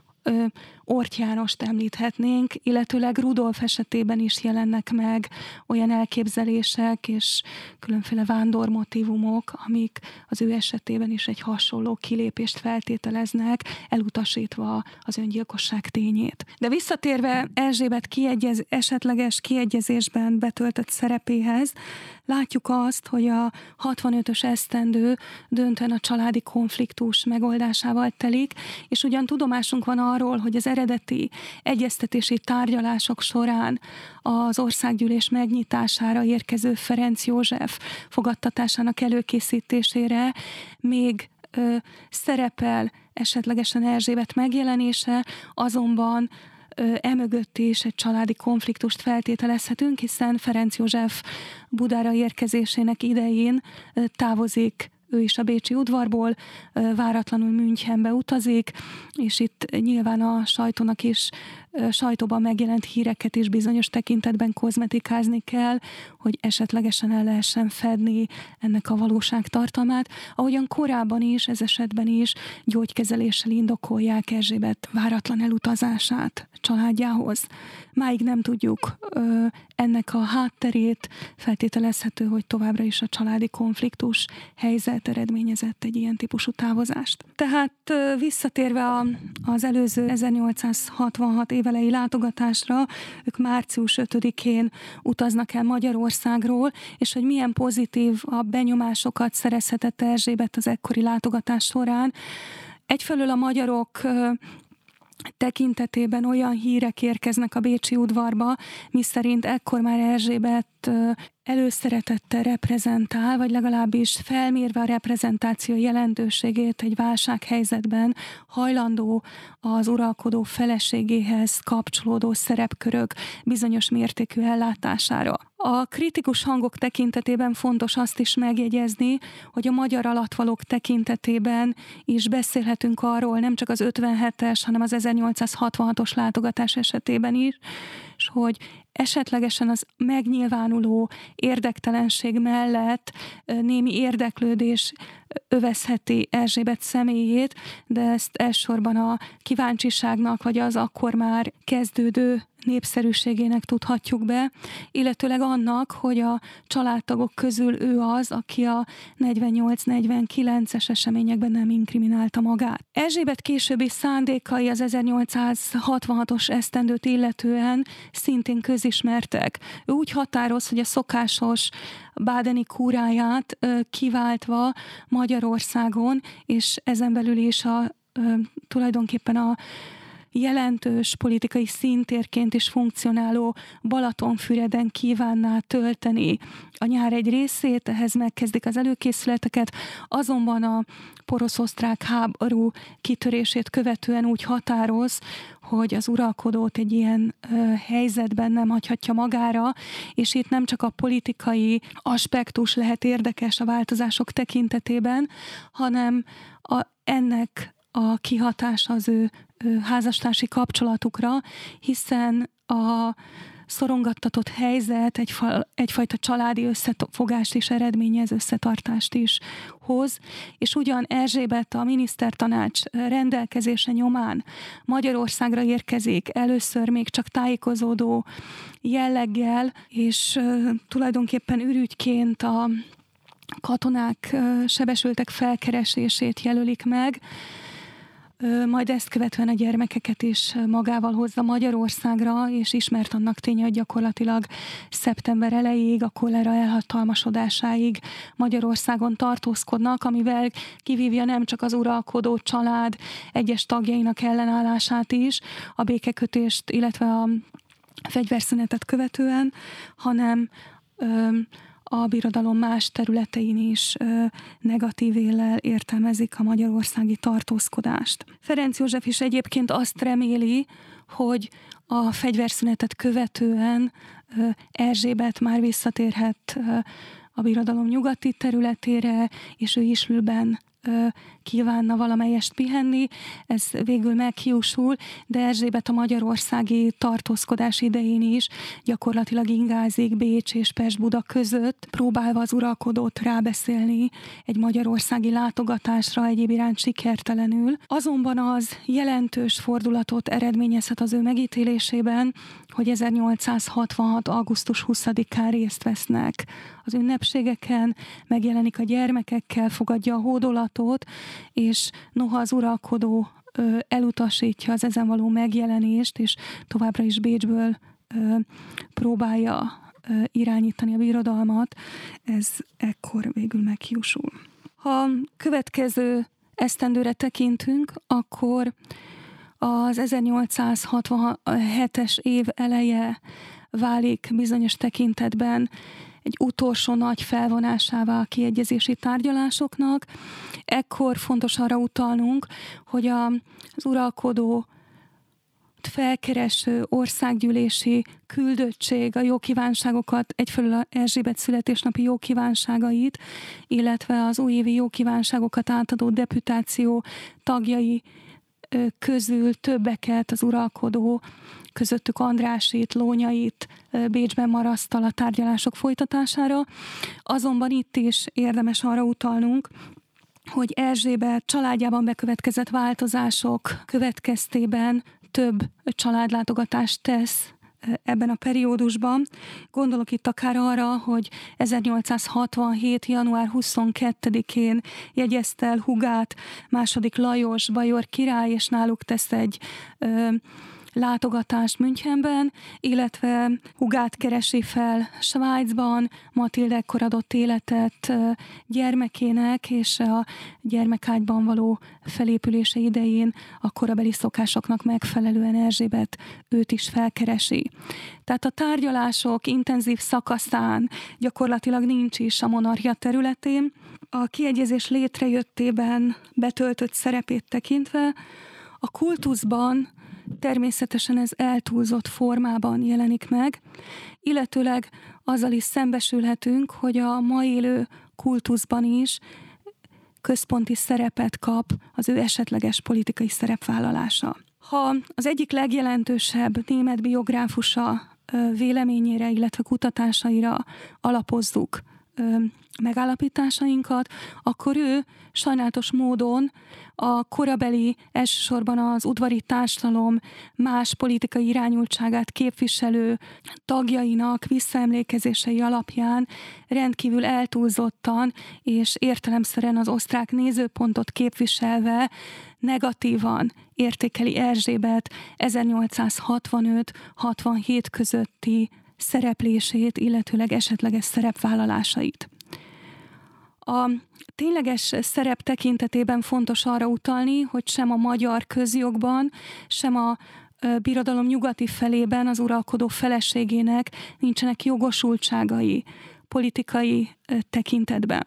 Orth Jánost említhetnénk, illetőleg Rudolf esetében is jelennek meg olyan elképzelések és különféle vándormotívumok, amik az ő esetében is egy hasonló kilépést feltételeznek, elutasítva az öngyilkosság tényét. De visszatérve Erzsébet kiegyez, esetleges kiegyezésben betöltött szerepéhez, látjuk azt, hogy a hatvanötös esztendő döntően a családi konfliktus megoldásával telik, és ugyan tudomásunk van arról, hogy az eredeti egyeztetési tárgyalások során az országgyűlés megnyitására érkező Ferenc József fogadtatásának előkészítésére még ö, szerepel esetlegesen Erzsébet megjelenése, azonban emögött is egy családi konfliktust feltételezhetünk, hiszen Ferenc József Budára érkezésének idején távozik ő is a bécsi udvarból, váratlanul Münchenbe utazik, és itt nyilván a sajtónak is, sajtóban megjelent híreket is bizonyos tekintetben kozmetikázni kell, hogy esetlegesen el lehessen fedni ennek a valóság tartalmát. Ahogyan korábban is, ez esetben is gyógykezeléssel indokolják Erzsébet váratlan elutazását családjához. Máig nem tudjuk ö, ennek a hátterét, feltételezhető, hogy továbbra is a családi konfliktus helyzet eredményezett egy ilyen típusú távozást. Tehát ö, visszatérve a, az előző ezernyolcszázhatvanhat évelei látogatásra, ők március ötödikén utaznak el Magyarországról, és hogy milyen pozitív a benyomásokat szerezhetett Erzsébet az ekkori látogatás során. Egyfelől a magyarok ö, tekintetében olyan hírek érkeznek a bécsi udvarba, miszerint ekkor már Erzsébet előszeretettel reprezentál, vagy legalábbis felmérve a reprezentáció jelentőségét egy válsághelyzetben hajlandó az uralkodó feleségéhez kapcsolódó szerepkörök bizonyos mértékű ellátására. A kritikus hangok tekintetében fontos azt is megjegyezni, hogy a magyar alattvalók tekintetében is beszélhetünk arról, nem csak az ötvenhetes, hanem az ezernyolcszázhatvanhatos látogatás esetében is, és hogy esetlegesen az megnyilvánuló érdektelenség mellett némi érdeklődés övezheti Erzsébet személyét, de ezt elsősorban a kíváncsiságnak, vagy az akkor már kezdődő népszerűségének tudhatjuk be, illetőleg annak, hogy a családtagok közül ő az, aki a negyvennyolc negyvenkilences eseményekben nem inkriminálta magát. Erzsébet későbbi szándékai az ezernyolcszázhatvanhatos esztendőt illetően szintén közismertek. Ő úgy határoz, hogy a szokásos bádeni kúráját kiváltva Magyarországon, és ezen belül is a, tulajdonképpen a jelentős politikai színtérként is funkcionáló Balatonfüreden kívánná tölteni a nyár egy részét, ehhez megkezdik az előkészületeket, azonban a porosz-osztrák háború kitörését követően úgy határoz, hogy az uralkodót egy ilyen ö, helyzetben nem hagyhatja magára, és itt nem csak a politikai aspektus lehet érdekes a változások tekintetében, hanem a, ennek a kihatása az ő házastársi kapcsolatukra, hiszen a szorongattatott helyzet egyfa, egyfajta családi összefogást is eredményez, összetartást is hoz, és ugyan Erzsébet a minisztertanács rendelkezése nyomán Magyarországra érkezik, először még csak tájékozódó jelleggel, és uh, tulajdonképpen ürügyként a katonák, uh, sebesültek felkeresését jelölik meg, majd ezt követően a gyermekeket is magával hozza Magyarországra, és ismert annak ténye, hogy gyakorlatilag szeptember elejéig, a kolera elhatalmasodásáig Magyarországon tartózkodnak, amivel kivívja nem csak az uralkodó család egyes tagjainak ellenállását is, a békekötést, illetve a fegyverszünetet követően, hanem ö, a birodalom más területein is ö, negatív éllel értelmezik a magyarországi tartózkodást. Ferenc József is egyébként azt reméli, hogy a fegyverszünetet követően ö, Erzsébet már visszatérhet ö, a birodalom nyugati területére, és ő Islőben kívánna valamelyest pihenni, ez végül meghiúsul, de Erzsébet a magyarországi tartózkodás idején is gyakorlatilag ingázik Bécs és Pest-Buda között, próbálva az uralkodót rábeszélni egy magyarországi látogatásra, egyéb iránt sikertelenül. Azonban az jelentős fordulatot eredményezhet az ő megítélésében, hogy ezernyolcszázhatvanhat. augusztus huszadikán részt vesznek az ünnepségeken, megjelenik a gyermekekkel, fogadja a hódolatot, és noha az uralkodó ö, elutasítja az ezen való megjelenést, és továbbra is Bécsből ö, próbálja ö, irányítani a birodalmat, ez ekkor végül meghiúsul. Ha következő esztendőre tekintünk, akkor az ezernyolcszázhatvanhetes év eleje válik bizonyos tekintetben egy utolsó nagy felvonásává a kiegyezési tárgyalásoknak. Ekkor fontos arra utalnunk, hogy a, az uralkodó felkereső országgyűlési küldöttség a jókívánságokat, egyfelől a Erzsébet születésnapi jókívánságait, illetve az újévi jókívánságokat átadó deputáció tagjai közül többeket az uralkodó, közöttük Andrásit, Lónyait Bécsben marasztal a tárgyalások folytatására. Azonban itt is érdemes arra utalnunk, hogy Erzsébet családjában bekövetkezett változások következtében több családlátogatást tesz ebben a periódusban. Gondolok itt akár arra, hogy ezernyolcszázhatvanhét. január huszonkettedikén jegyezte el hugát második Lajos bajor király, és náluk tesz egy ö, látogatást Münchenben, illetve hugát keresi fel Svájcban, Matilde ekkor adott életet gyermekének, és a gyermekágyban való felépülése idején a korabeli szokásoknak megfelelően Erzsébet őt is felkeresi. Tehát a tárgyalások intenzív szakaszán gyakorlatilag nincs is a monarchia területén. A kiegyezés létrejöttében betöltött szerepét tekintve a kultuszban természetesen ez eltúlzott formában jelenik meg, illetőleg azzal is szembesülhetünk, hogy a ma élő kultuszban is központi szerepet kap az ő esetleges politikai szerepvállalása. Ha az egyik legjelentősebb német biográfusa véleményére, illetve kutatásaira alapozzuk megállapításainkat, akkor ő sajnálatos módon a korabeli, elsősorban az udvari társadalom más politikai irányultságát képviselő tagjainak visszaemlékezései alapján rendkívül eltúlzottan és értelemszerűen az osztrák nézőpontot képviselve negatívan értékeli Erzsébet ezernyolcszázhatvanöt hatvanhét közötti szereplését, illetőleg esetleges szerepvállalásait. A tényleges szerep tekintetében fontos arra utalni, hogy sem a magyar közjogban, sem a birodalom nyugati felében az uralkodó feleségének nincsenek jogosultságai politikai tekintetben.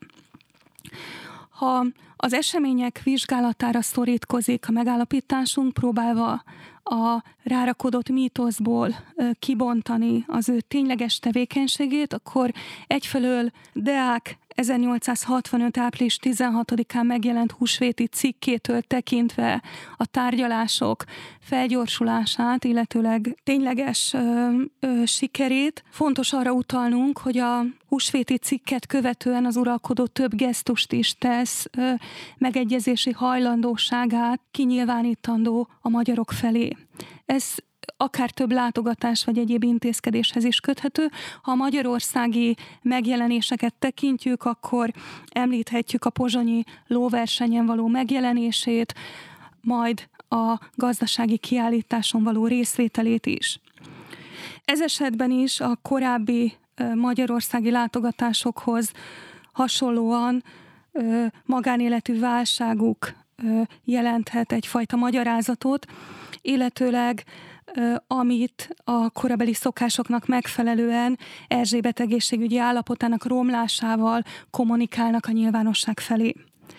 Ha az események vizsgálatára szorítkozik a megállapításunk, próbálva a rárakodott mítoszból kibontani az ő tényleges tevékenységét, akkor egyfelől Deák ezernyolcszázhatvanöt. április tizenhatodikán megjelent húsvéti cikkétől tekintve a tárgyalások felgyorsulását, illetőleg tényleges ö, ö, sikerét. Fontos arra utalnunk, hogy a húsvéti cikket követően az uralkodó több gesztust is tesz, ö, megegyezési hajlandóságát kinyilvánítandó a magyarok felé. Ez akár több látogatás vagy egyéb intézkedéshez is köthető. Ha a magyarországi megjelenéseket tekintjük, akkor említhetjük a pozsonyi lóversenyen való megjelenését, majd a gazdasági kiállításon való részvételét is. Ez esetben is a korábbi magyarországi látogatásokhoz hasonlóan magánéletű válságuk jelenthet egyfajta magyarázatot, illetőleg amit a korabeli szokásoknak megfelelően Erzsébet egészségügyi állapotának romlásával kommunikálnak a nyilvánosság felé.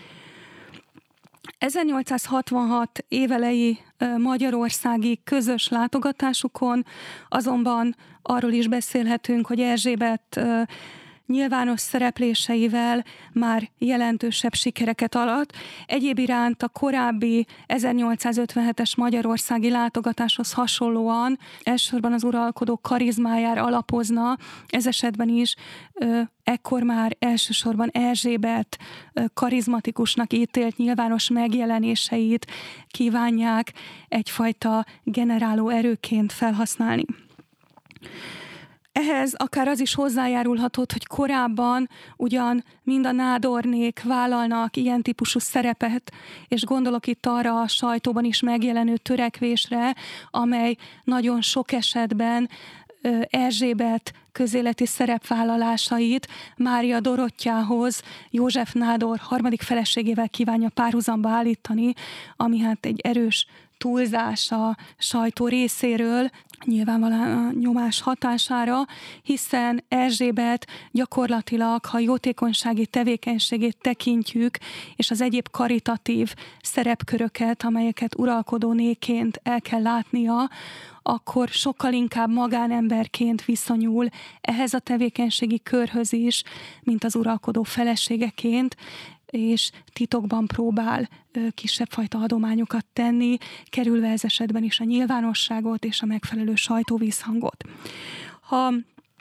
ezernyolcszázhatvanhat évelei magyarországi közös látogatásukon azonban arról is beszélhetünk, hogy Erzsébet nyilvános szerepléseivel már jelentősebb sikereket alatt. Egyéb iránt a korábbi ezernyolcszázötvenhetes magyarországi látogatáshoz hasonlóan elsősorban az uralkodó karizmájára alapozna, ez esetben is ö, ekkor már elsősorban Erzsébet ö, karizmatikusnak ítélt nyilvános megjelenéseit kívánják egyfajta generáló erőként felhasználni. Ehhez akár az is hozzájárulhatott, hogy korábban ugyan mind a nádornék vállalnak ilyen típusú szerepet, és gondolok itt arra a sajtóban is megjelenő törekvésre, amely nagyon sok esetben Erzsébet közéleti szerepvállalásait Mária Dorottyához, József nádor harmadik feleségével kívánja párhuzamba állítani, ami hát egy erős túlzás a sajtó részéről, nyilvánvalóan a nyomás hatására, hiszen Erzsébet gyakorlatilag, ha jótékonysági tevékenységét tekintjük, és az egyéb karitatív szerepköröket, amelyeket uralkodó néként el kell látnia, akkor sokkal inkább magánemberként viszonyul ehhez a tevékenységi körhöz is, mint az uralkodó feleségeként, és titokban próbál kisebb fajta adományokat tenni, kerülve ez esetben is a nyilvánosságot és a megfelelő sajtóvízhangot. Ha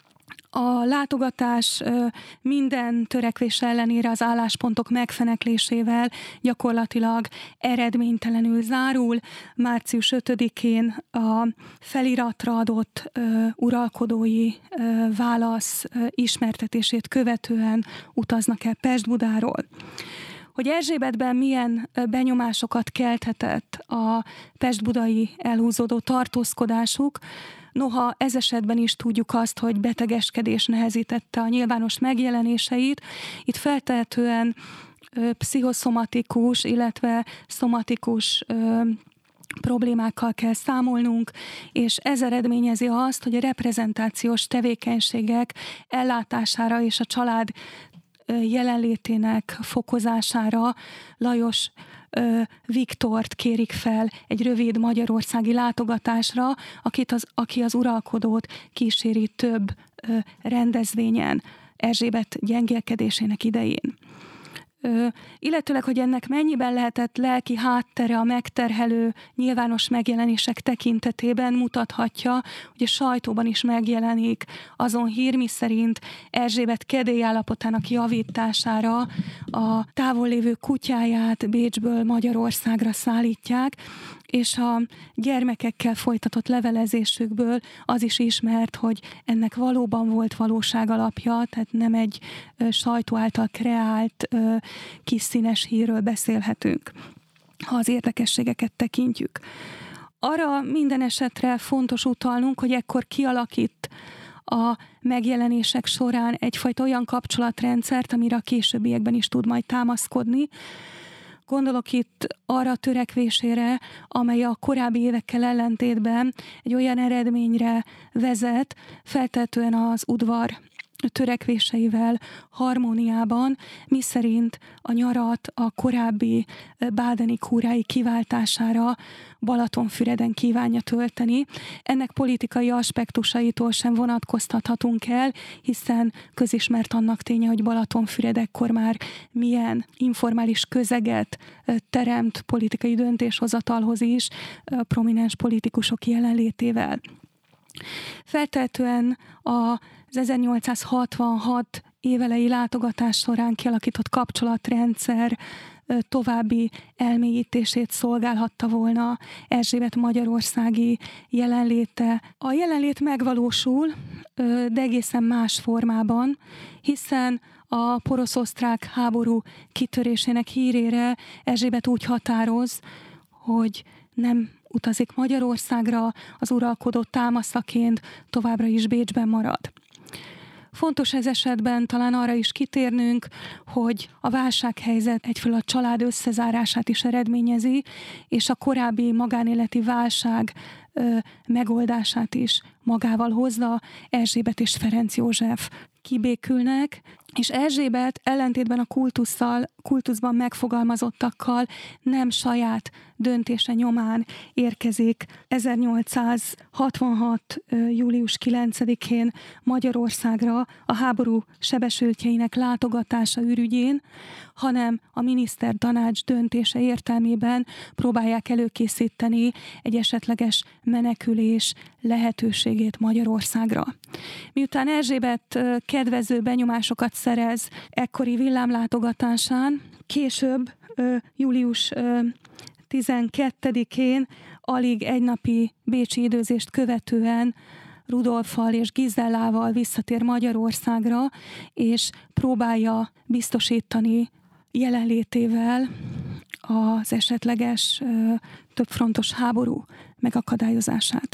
a látogatás minden törekvés ellenére az álláspontok megfeneklésével gyakorlatilag eredménytelenül zárul. március ötödikén a feliratra adott uralkodói válasz ismertetését követően utaznak el Pest-Budáról. Hogy Erzsébetben milyen benyomásokat kelthetett a pest-budai elhúzódó tartózkodásuk, noha ez esetben is tudjuk azt, hogy betegeskedés nehezítette a nyilvános megjelenéseit, itt feltehetően ö, pszichoszomatikus, illetve szomatikus ö, problémákkal kell számolnunk, és ez eredményezi azt, hogy a reprezentációs tevékenységek ellátására és a család jelenlétének fokozására Lajos ö, Viktort kérik fel egy rövid magyarországi látogatásra, akit az, aki az uralkodót kíséri több ö, rendezvényen Erzsébet gyengélkedésének idején. Ö, illetőleg, hogy ennek mennyiben lehetett lelki háttere a megterhelő nyilvános megjelenések tekintetében mutathatja, hogy a sajtóban is megjelenik azon hír, miszerint Erzsébet kedélyállapotának javítására a távol lévő kutyáját Bécsből Magyarországra szállítják, és a gyermekekkel folytatott levelezésükből az is ismert, hogy ennek valóban volt valóság alapja, tehát nem egy ö, sajtó által kreált ö, kis színes hírről beszélhetünk, ha az érdekességeket tekintjük. Arra minden esetre fontos utalnunk, hogy ekkor kialakít a megjelenések során egyfajta olyan kapcsolatrendszert, amire a későbbiekben is tud majd támaszkodni. Gondolok itt arra a törekvésére, amely a korábbi évekkel ellentétben egy olyan eredményre vezet, feltetően az udvar törekvéseivel harmóniában, miszerint a nyarat a korábbi bádeni kúrái kiváltására Balatonfüreden kívánja tölteni. Ennek politikai aspektusaitól sem vonatkoztathatunk el, hiszen közismert annak ténye, hogy Balatonfüred ekkor már milyen informális közeget teremt politikai döntéshozatalhoz is prominens politikusok jelenlétével. Feltehetően a az ezernyolcszázhatvanhat évelei látogatás során kialakított kapcsolatrendszer további elmélyítését szolgálhatta volna Erzsébet magyarországi jelenléte. A jelenlét megvalósul, de egészen más formában, hiszen a porosz-osztrák háború kitörésének hírére Erzsébet úgy határoz, hogy nem utazik Magyarországra, az uralkodó támaszaként továbbra is Bécsben marad. Fontos ez esetben talán arra is kitérnünk, hogy a válsághelyzet egyfelől a család összezárását is eredményezi, és a korábbi magánéleti válság ö, megoldását is magával hozza. Erzsébet és Ferenc József kibékülnek, és Erzsébet ellentétben a kultusszal, kultuszban megfogalmazottakkal nem saját döntése nyomán érkezik ezernyolcszázhatvanhat. július kilencedikén Magyarországra a háború sebesültjeinek látogatása ürügyén, hanem a minisztertanács döntése értelmében próbálják előkészíteni egy esetleges menekülés lehetőségét Magyarországra. Miután Erzsébet kedvező benyomásokat szerez ekkori villámlátogatásán, később, július tizenkettedikén, alig egy napi bécsi időzést követően Rudolffal és Gizellával visszatér Magyarországra, és próbálja biztosítani jelenlétével az esetleges többfrontos háború megakadályozását.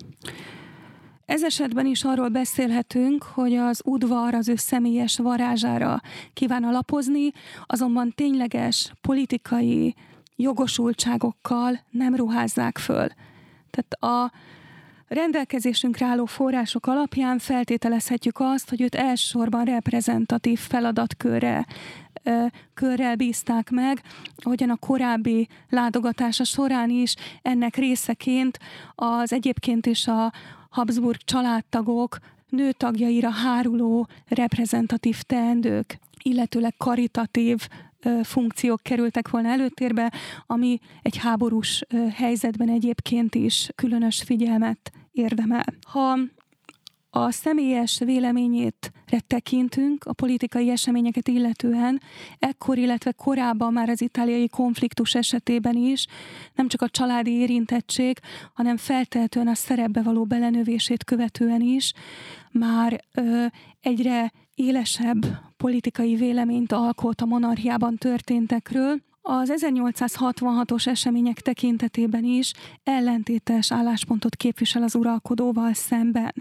Ez esetben is arról beszélhetünk, hogy az udvar az ő személyes varázsára kíván alapozni, azonban tényleges politikai jogosultságokkal nem ruházzák föl. Tehát a rendelkezésünkre álló források alapján feltételezhetjük azt, hogy őt elsősorban reprezentatív feladatkörre körrel bízták meg, ahogyan a korábbi látogatása során is ennek részeként az egyébként is a Habsburg családtagok nőtagjaira háruló reprezentatív teendők, illetőleg karitatív funkciók kerültek volna előtérbe, ami egy háborús helyzetben egyébként is különös figyelmet érdemel. Ha a személyes véleményét tekintünk a politikai eseményeket illetően, ekkor, illetve korábban már az itáliai konfliktus esetében is nem csak a családi érintettség, hanem feltehetően a szerepbe való belenövését követően is már ö, egyre élesebb politikai véleményt alkot a monarchiában történtekről. Az ezernyolcszázhatvanhatos események tekintetében is ellentétes álláspontot képvisel az uralkodóval szemben.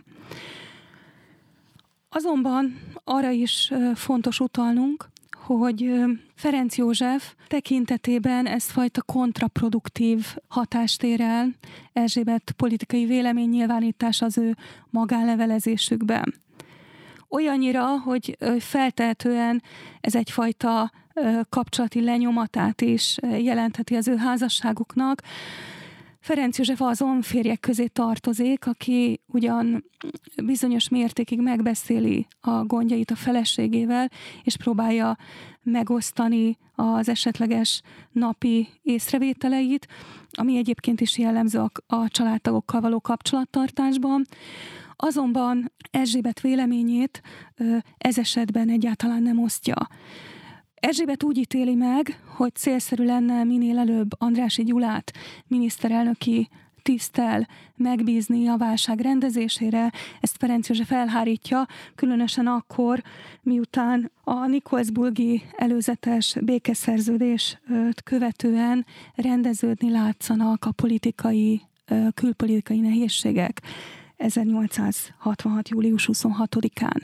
Azonban arra is fontos utalnunk, hogy Ferenc József tekintetében ez fajta kontraproduktív hatást ér el Erzsébet politikai véleménynyilvánítás az ő magánlevelezésükben. Olyannyira, hogy feltehetően ez egyfajta kapcsolati lenyomatát is jelentheti az ő házasságuknak. Ferenc József azon férjek közé tartozik, aki ugyan bizonyos mértékig megbeszéli a gondjait a feleségével, és próbálja megosztani az esetleges napi észrevételeit, ami egyébként is jellemző a, a családtagokkal való kapcsolattartásban. Azonban Erzsébet véleményét ez esetben egyáltalán nem osztja. Erzsébet úgy ítéli meg, hogy célszerű lenne minél előbb Andrássy Gyulát miniszterelnöki tiszttel megbízni a válság rendezésére. Ezt Ferenc József elhárítja, különösen akkor, miután a nikolsburgi előzetes békeszerződést követően rendeződni látszanak a politikai, külpolitikai nehézségek ezernyolcszázhatvanhat. július huszonhatodikán.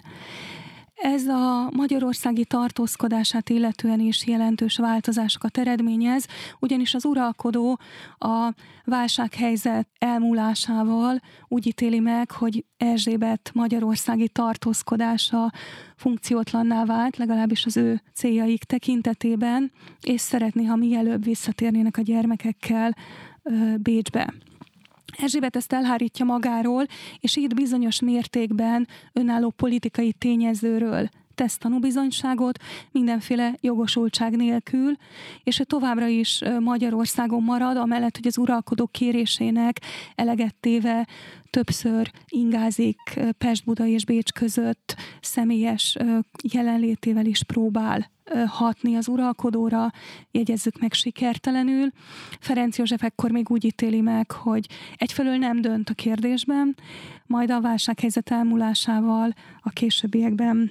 Ez a magyarországi tartózkodását illetően is jelentős változásokat eredményez, ugyanis az uralkodó a válsághelyzet elmúlásával úgy ítéli meg, hogy Erzsébet magyarországi tartózkodása funkciótlanná vált, legalábbis az ő céljaik tekintetében, és szeretné, ha mielőbb visszatérnének a gyermekekkel Bécsbe. Erzsébet ezt elhárítja magáról, és így bizonyos mértékben önálló politikai tényezőről tesz tanúbizonyságot, mindenféle jogosultság nélkül, és továbbra is Magyarországon marad, amellett, hogy az uralkodó kérésének eleget téve többször ingázik Pest-Buda és Bécs között, személyes jelenlétével is próbál hatni az uralkodóra, jegyezzük meg sikertelenül. Ferenc József ekkor még úgy ítéli meg, hogy egyfelől nem dönt a kérdésben, majd a válsághelyzet elmúlásával a későbbiekben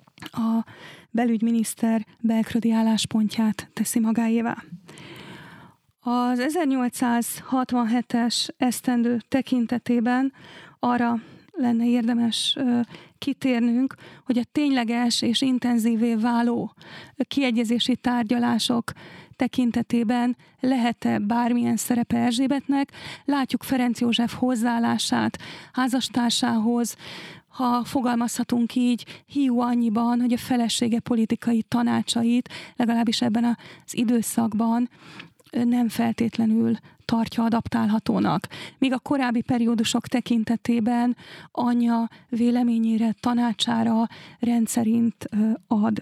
a belügyminiszter belföldi álláspontját teszi magáévá. Az ezernyolcszázhatvanhetes esztendő tekintetében arra lenne érdemes kitérnünk, hogy a tényleges és intenzívé váló kiegyezési tárgyalások tekintetében lehet-e bármilyen szerepe Erzsébetnek. Látjuk Ferenc József hozzáállását házastársához, ha fogalmazhatunk így, hiú annyiban, hogy a felesége politikai tanácsait, legalábbis ebben az időszakban nem feltétlenül tartja adaptálhatónak. Míg a korábbi periódusok tekintetében anyja véleményére, tanácsára rendszerint ad.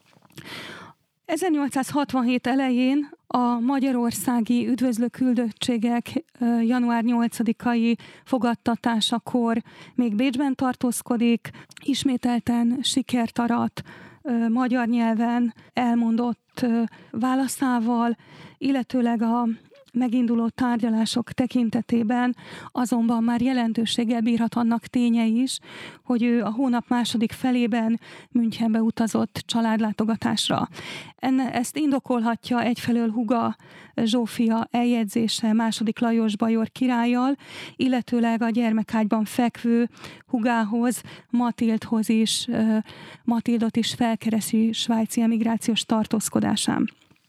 ezernyolcszázhatvanhét elején a magyarországi üdvözlő küldöttségek január nyolcadikai fogadtatásakor még Bécsben tartózkodik, ismételten sikert arat magyar nyelven elmondott válaszával, illetőleg a meginduló tárgyalások tekintetében azonban már jelentőséggel bírhat annak ténye is, hogy ő a hónap második felében Münchenbe utazott családlátogatásra. Enne, ezt indokolhatja egyfelől húga Zsófia eljegyzése második Lajos bajor királlyal, illetőleg a gyermekágyban fekvő húgához, Matildhoz is, Matildot is felkeresi svájci emigrációs tartózkodásán.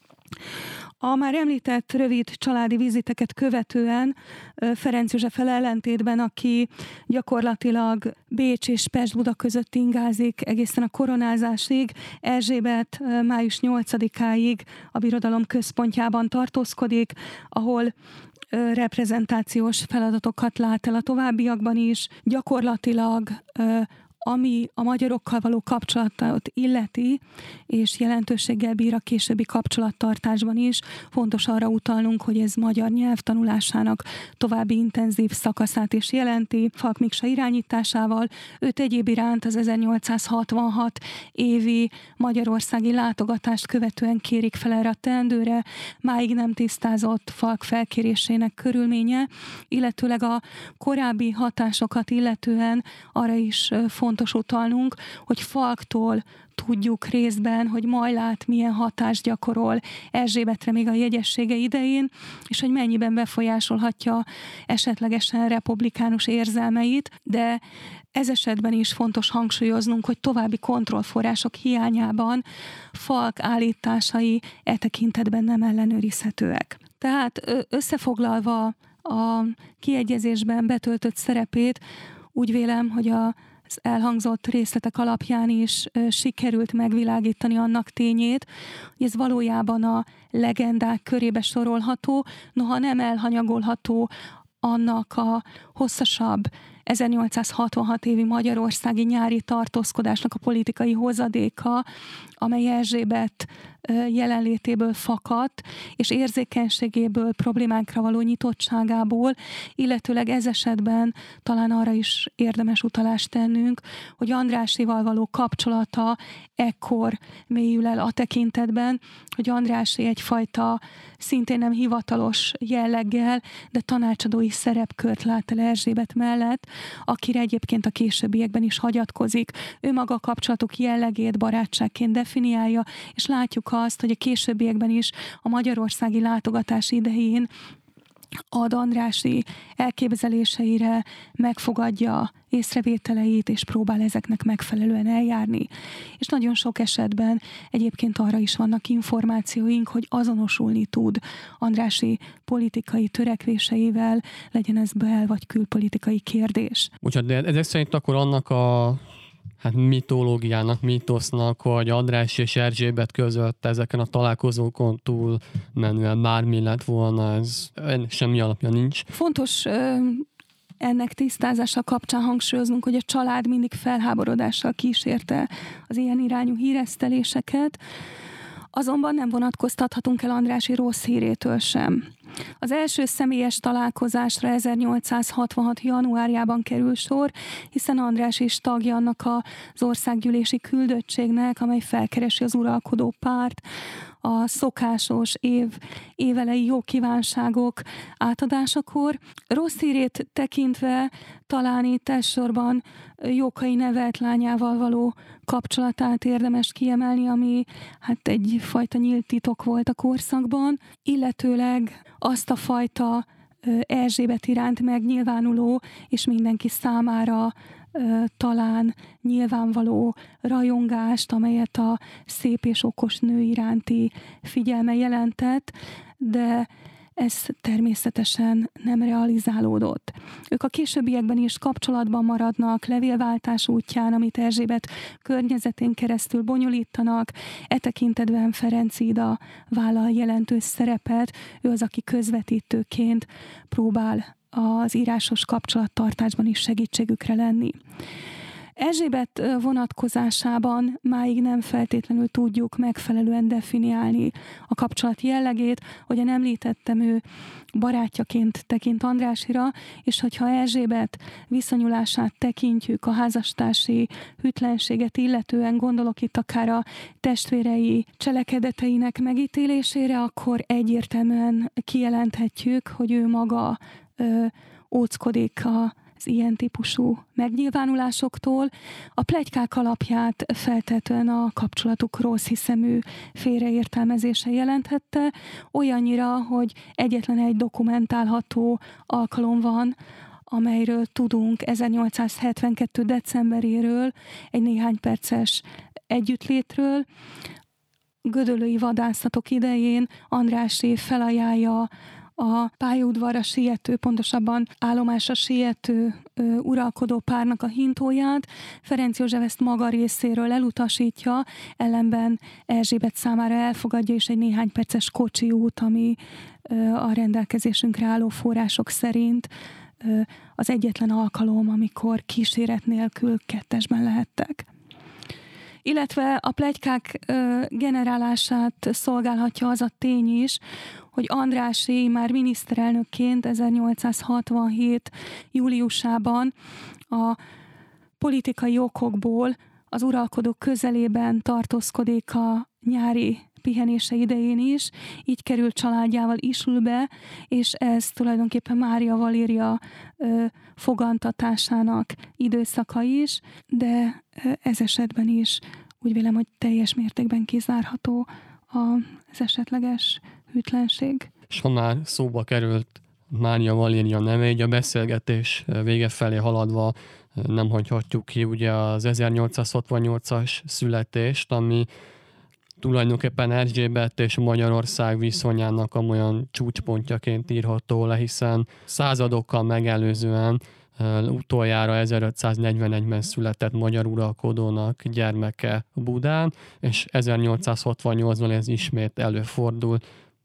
A már említett rövid családi viziteket követően Ferenc Józseffel ellentétben, aki gyakorlatilag Bécs és Pest-Buda között ingázik egészen a koronázásig, Erzsébet május nyolcadikáig a birodalom központjában tartózkodik, ahol reprezentációs feladatokat lát el a továbbiakban is. Gyakorlatilag ami a magyarokkal való kapcsolatot illeti, és jelentőséggel bír a későbbi kapcsolattartásban is, fontos arra utalnunk, hogy ez magyar nyelv tanulásának további intenzív szakaszát is jelenti. Falk Miksa irányításával őt egyéb iránt az ezernyolcszázhatvanhat évi magyarországi látogatást követően kérik fel erre a teendőre, máig nem tisztázott Falk felkérésének körülménye, illetőleg a korábbi hatásokat illetően arra is fontos Fontos utalnunk, hogy Falktól tudjuk részben, hogy Majlát milyen hatást gyakorol Erzsébetre még a jegyessége idején, és hogy mennyiben befolyásolhatja esetlegesen republikánus érzelmeit, de ez esetben is fontos hangsúlyoznunk, hogy további kontrollforrások hiányában Falk állításai e tekintetben nem ellenőrizhetőek. Tehát összefoglalva a kiegyezésben betöltött szerepét, úgy vélem, hogy a az elhangzott részletek alapján is ö, sikerült megvilágítani annak tényét, hogy ez valójában a legendák körébe sorolható, noha nem elhanyagolható annak a hosszasabb ezernyolcszázhatvanhat évi magyarországi nyári tartózkodásnak a politikai hozadéka, amely Erzsébet jelenlétéből fakadt, és érzékenységéből, problémákra való nyitottságából, illetőleg ez esetben talán arra is érdemes utalást tennünk, hogy Andrássy-val való kapcsolata ekkor mélyül el a tekintetben, hogy Andrássy egyfajta szintén nem hivatalos jelleggel, de tanácsadói szerepkört lát el Erzsébet mellett, akire egyébként a későbbiekben is hagyatkozik. Ő maga a kapcsolatok jellegét barátságként definiálja, és látjuk azt, hogy a későbbiekben is a magyarországi látogatás idején ad Andrássy elképzeléseire, megfogadja észrevételeit, és próbál ezeknek megfelelően eljárni. És nagyon sok esetben egyébként arra is vannak információink, hogy azonosulni tud Andrássy politikai törekvéseivel, legyen ez bel- vagy külpolitikai kérdés. Úgyhogy ezek szerint akkor annak a hát mitológiának, mítosznak, hogy Andrássy és Erzsébet között ezeken a találkozókon túl menően bármi lett volna, ez semmi alapja nincs. Fontos ennek tisztázása kapcsán hangsúlyoznunk, hogy a család mindig felháborodással kísérte az ilyen irányú híreszteléseket, azonban nem vonatkoztathatunk el Andrássy rossz hírétől sem. Az első személyes találkozásra ezernyolcszázhatvanhat januárjában kerül sor, hiszen András is tagja annak az országgyűlési küldöttségnek, amely felkeresi az uralkodó párt, a szokásos év, évelei jó kívánságok átadásakor. Rossz hírét tekintve talán itt elsősorban Jókai nevelt lányával való kapcsolatát érdemes kiemelni, ami hát egyfajta nyílt titok volt a korszakban, illetőleg azt a fajta Erzsébet iránt megnyilvánuló és mindenki számára talán nyilvánvaló rajongást, amelyet a szép és okos nő iránti figyelme jelentett, de ez természetesen nem realizálódott. Ők a későbbiekben is kapcsolatban maradnak, levélváltás útján, amit Erzsébet környezetén keresztül bonyolítanak. E tekintetben Ferenc Ida vállal jelentős szerepet, ő az, aki közvetítőként próbál az írásos kapcsolattartásban is segítségükre lenni. Erzsébet vonatkozásában máig nem feltétlenül tudjuk megfelelően definiálni a kapcsolat jellegét, ahogyan említettem, ő barátjaként tekint Andrásira, és hogyha Erzsébet viszonyulását tekintjük a házastársi hűtlenséget illetően, gondolok itt akár a testvérei cselekedeteinek megítélésére, akkor egyértelműen kijelenthetjük, hogy ő maga ö, óckodik a az ilyen típusú megnyilvánulásoktól. A pletykák alapját feltetően a kapcsolatuk rossz hiszemű félreértelmezése jelenthette, olyannyira, hogy egyetlen egy dokumentálható alkalom van, amelyről tudunk ezernyolcszázhetvenkettő decemberéről, egy néhány perces együttlétről. Gödöllői vadászatok idején Andrássy felajánlja a pályaudvarra siető, pontosabban állomásra siető ö, uralkodó párnak a hintóját. Ferenc József ezt maga részéről elutasítja, ellenben Erzsébet számára elfogadja, és egy néhány perces kocsi út, ami ö, a rendelkezésünkre álló források szerint ö, az egyetlen alkalom, amikor kíséret nélkül kettesben lehettek. Illetve a pletykák ö, generálását szolgálhatja az a tény is, hogy Andrássy már miniszterelnökként ezernyolcszázhatvanhét júliusában a politikai okokból az uralkodó közelében tartózkodik a nyári pihenése idején is, így került családjával Islbe, és ez tulajdonképpen Mária Valéria ö, fogantatásának időszaka is, de ez esetben is úgy vélem, hogy teljes mértékben kizárható az esetleges hűtlenség. És ha már szóba került Mária Valéria neve, így a beszélgetés vége felé haladva nem hagyhatjuk ki ugye az ezernyolcszázhatvannyolcas születést, ami tulajdonképpen Erzsébet és Magyarország viszonyának olyan csúcspontjaként írható le, hiszen századokkal megelőzően utoljára ezerötszáznegyvenegyben született magyar uralkodónak gyermeke Budán, és ezernyolcszázhatvannyolcban ez ismét előfordul.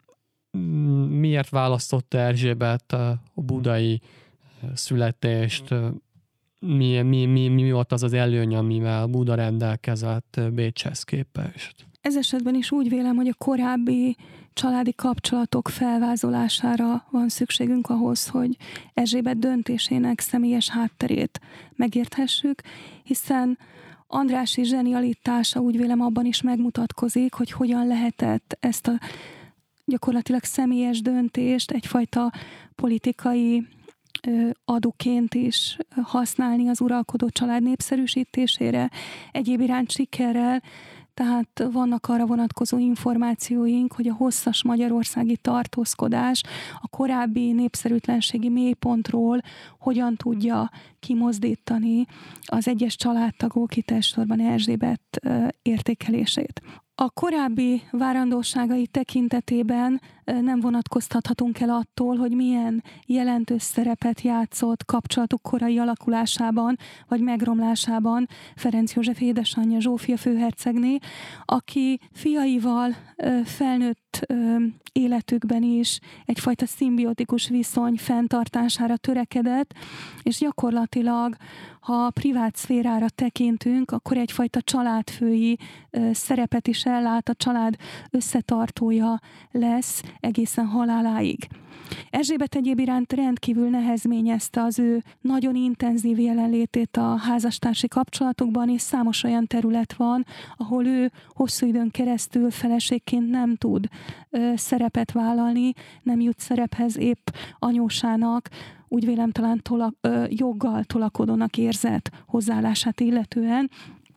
Miért választotta Erzsébet a budai születést? Mi, mi, mi, mi volt az az előny, amivel Buda rendelkezett Bécshez képest? Ez esetben is úgy vélem, hogy a korábbi családi kapcsolatok felvázolására van szükségünk ahhoz, hogy Erzsébet döntésének személyes hátterét megérthessük, hiszen Andrássy zsenialitása úgy vélem abban is megmutatkozik, hogy hogyan lehetett ezt a gyakorlatilag személyes döntést egyfajta politikai aduként is használni az uralkodó család népszerűsítésére, egyéb iránt sikerrel. Tehát vannak arra vonatkozó információink, hogy a hosszas magyarországi tartózkodás a korábbi népszerűtlenségi mélypontról hogyan tudja kimozdítani az egyes családtagok, itt elsősorban Erzsébet értékelését. A korábbi várandóságai tekintetében nem vonatkoztathatunk el attól, hogy milyen jelentős szerepet játszott kapcsolatuk korai alakulásában, vagy megromlásában Ferenc József édesanyja Zsófia főhercegné, aki fiaival felnőtt életükben is egyfajta szimbiotikus viszony fenntartására törekedett, és gyakorlatilag, ha a privát szférára tekintünk, akkor egyfajta családfői szerepet is ellát, a család összetartója lesz egészen haláláig. Erzsébet egyéb iránt rendkívül nehezményezte az ő nagyon intenzív jelenlétét a házastársi kapcsolatokban, és számos olyan terület van, ahol ő hosszú időn keresztül feleségként nem tud ö, szerepet vállalni, nem jut szerephez, épp anyósának, úgy vélem talán tolak, ö, joggal tolakodónak érzett hozzáállását illetően,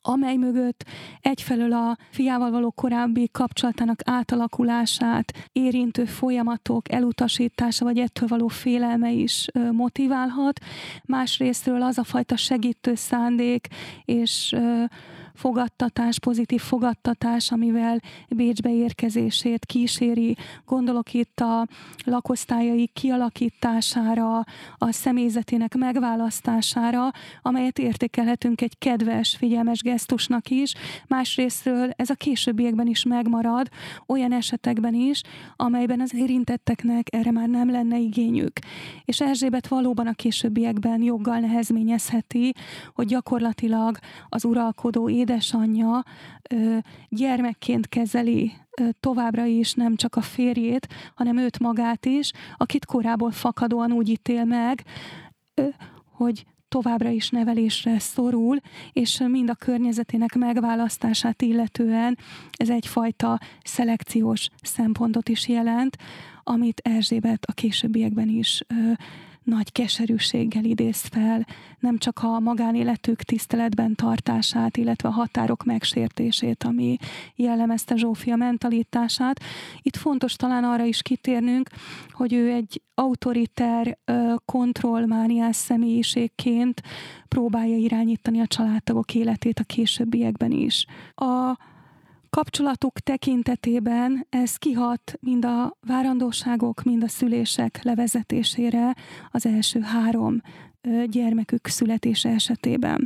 amely mögött egyfelől a fiával való korábbi kapcsolatának átalakulását érintő folyamatok elutasítása, vagy ettől való félelme is motiválhat. Másrésztről az a fajta segítő szándék és fogadtatás, pozitív fogadtatás, amivel Bécsbe érkezését kíséri. Gondolok itt a lakosztályai kialakítására, a személyzetének megválasztására, amelyet értékelhetünk egy kedves, figyelmes gesztusnak is. Másrésztről ez a későbbiekben is megmarad, olyan esetekben is, amelyben az érintetteknek erre már nem lenne igényük. És Erzsébet valóban a későbbiekben joggal nehezményezheti, hogy gyakorlatilag az uralkodó édesanyja ö, gyermekként kezeli ö, továbbra is nem csak a férjét, hanem őt magát is, akit korából fakadóan úgy ítél meg, ö, hogy továbbra is nevelésre szorul, és mind a környezetének megválasztását illetően ez egyfajta szelekciós szempontot is jelent, amit Erzsébet a későbbiekben is ö, nagy keserűséggel idéz fel, nem csak a magánéletük tiszteletben tartását, illetve a határok megsértését, ami jellemezte Zsófia mentalitását. Itt fontos talán arra is kitérnünk, hogy ő egy autoriter, kontrollmániás személyiségként próbálja irányítani a családtagok életét a későbbiekben is. A kapcsolatuk tekintetében ez kihat mind a várandóságok, mind a szülések levezetésére az első három gyermekük születése esetében.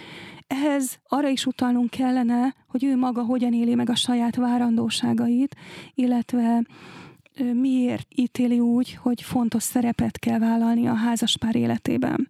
Ehhez arra is utalnunk kellene, hogy ő maga hogyan éli meg a saját várandóságait, illetve miért ítéli úgy, hogy fontos szerepet kell vállalni a házaspár életében.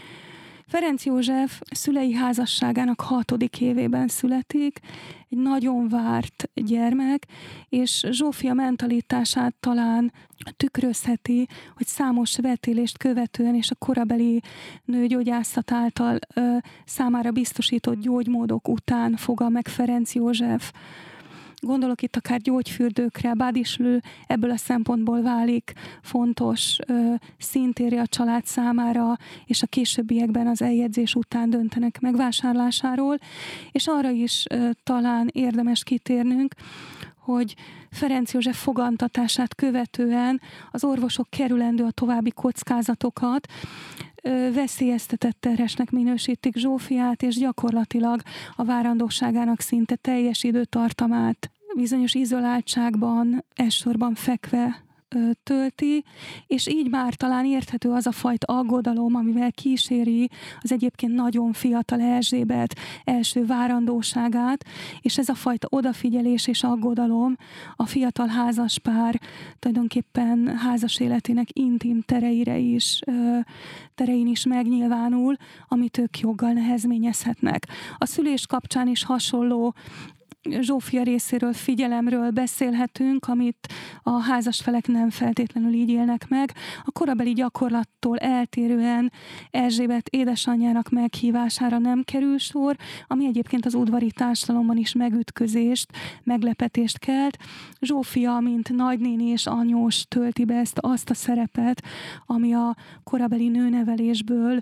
Ferenc József szülei házasságának hatodik évében születik, egy nagyon várt gyermek, és Zsófia mentalitását talán tükrözheti, hogy számos vetélést követően és a korabeli nőgyógyászat által ö, számára biztosított gyógymódok után fogal meg Ferenc József. Gondolok itt akár gyógyfürdőkre, Bádislő ebből a szempontból válik fontos ö, szintérje a család számára, és a későbbiekben az eljegyzés után döntenek megvásárlásáról, és arra is ö, talán érdemes kitérnünk, hogy Ferenc József fogantatását követően az orvosok kerülendő a további kockázatokat, veszélyeztetett terhesnek minősítik Zsófiát, és gyakorlatilag a várandóságának szinte teljes időtartamát bizonyos izoláltságban, elsősorban fekve tölti, és így már talán érthető az a fajta aggodalom, amivel kíséri az egyébként nagyon fiatal Erzsébet első várandóságát, és ez a fajta odafigyelés és aggodalom a fiatal házaspár tulajdonképpen házas életének intim tereire is, terein is megnyilvánul, amit ők joggal nehezményezhetnek. A szülés kapcsán is hasonló Zsófia részéről figyelemről beszélhetünk, amit a házasfelek nem feltétlenül így élnek meg. A korabeli gyakorlattól eltérően Erzsébet édesanyjának meghívására nem kerül sor, ami egyébként az udvari társadalomban is megütközést, meglepetést kelt. Zsófia, mint nagynéni és anyós tölti be ezt azt a szerepet, ami a korabeli nőnevelésből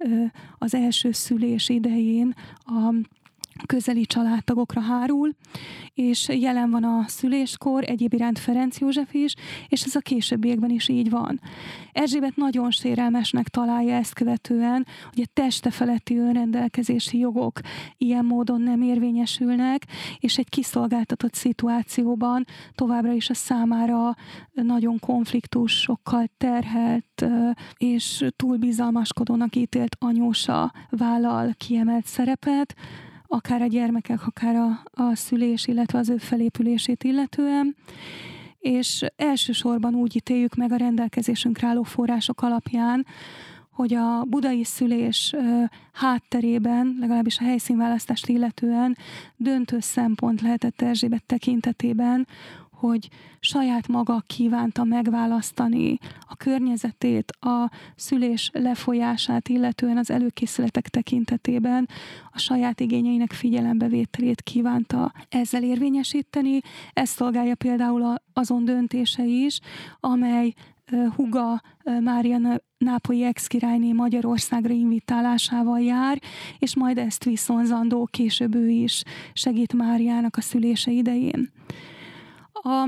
az első szülés idején a közeli családtagokra hárul, és jelen van a szüléskor, egyéb iránt Ferenc József is, és ez a későbbiekben is így van. Erzsébet nagyon sérelmesnek találja ezt követően, hogy a teste feletti önrendelkezési jogok ilyen módon nem érvényesülnek, és egy kiszolgáltatott szituációban továbbra is a számára nagyon konfliktusokkal terhelt és túl bizalmaskodónak ítélt anyósa vállal kiemelt szerepet, akár a gyermekek, akár a, a szülés, illetve az ő felépülését illetően, és elsősorban úgy ítéljük meg a rendelkezésünkre álló források alapján, hogy a budai szülés hátterében, legalábbis a helyszínválasztást illetően döntő szempont lehetett Erzsébet tekintetében, hogy saját maga kívánta megválasztani a környezetét, a szülés lefolyását, illetően az előkészületek tekintetében a saját igényeinek figyelembevételét kívánta ezzel érvényesíteni. Ez szolgálja például azon döntése is, amely húga Mária nápolyi ex-királyné Magyarországra invitálásával jár, és majd ezt viszonzandó később ő is segít Máriának a szülése idején. A,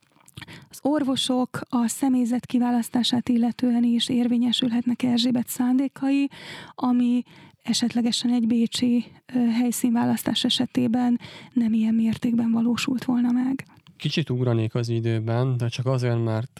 az orvosok a személyzet kiválasztását illetően is érvényesülhetnek Erzsébet szándékai, ami esetlegesen egy bécsi helyszínválasztás esetében nem ilyen mértékben valósult volna meg. Kicsit ugranék az időben, de csak azért, mert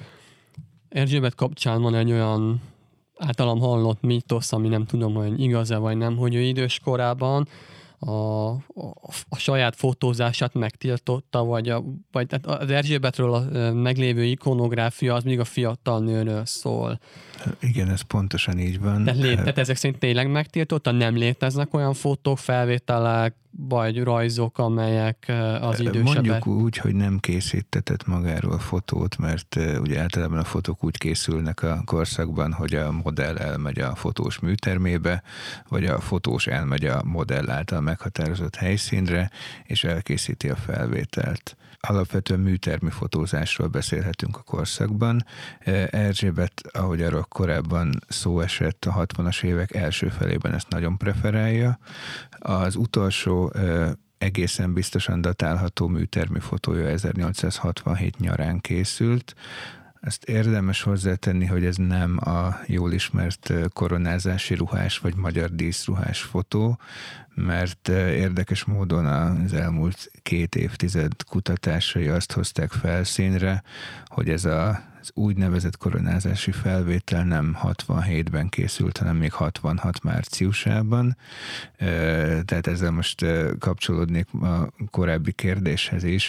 Erzsébet kapcsán van egy olyan általam hallott mítosz, ami nem tudom, hogy igaz-e vagy nem, hogy ő idős korában a, a, a saját fotózását megtiltotta, vagy, a, vagy az Erzsébetről a meglévő ikonográfia az még a fiatal nőről szól. Igen, ez pontosan így van. Tehát, lé, tehát ezek szerint tényleg megtiltotta? Nem léteznek olyan fotók, felvételek, vagy rajzok, amelyek az idősebbek? Mondjuk úgy, hogy nem készítetett magáról fotót, mert ugye általában a fotók úgy készülnek a korszakban, hogy a modell elmegy a fotós műtermébe, vagy a fotós elmegy a modell által meghatározott helyszínre, és elkészíti a felvételt. Alapvetően műtermi fotózásról beszélhetünk a korszakban. Erzsébet, ahogy arról korábban szó esett, a hatvanas évek első felében ezt nagyon preferálja. Az utolsó egészen biztosan datálható műtermi fotója ezernyolcszázhatvanhét nyarán készült. Ezt érdemes hozzátenni, hogy ez nem a jól ismert koronázási ruhás vagy magyar díszruhás fotó, mert érdekes módon az elmúlt két évtized kutatásai azt hozták felszínre, hogy ez a az úgynevezett koronázási felvétel nem hatvanhétben készült, hanem még hatvanhat márciusában. Tehát ezzel most kapcsolódnék a korábbi kérdéshez is,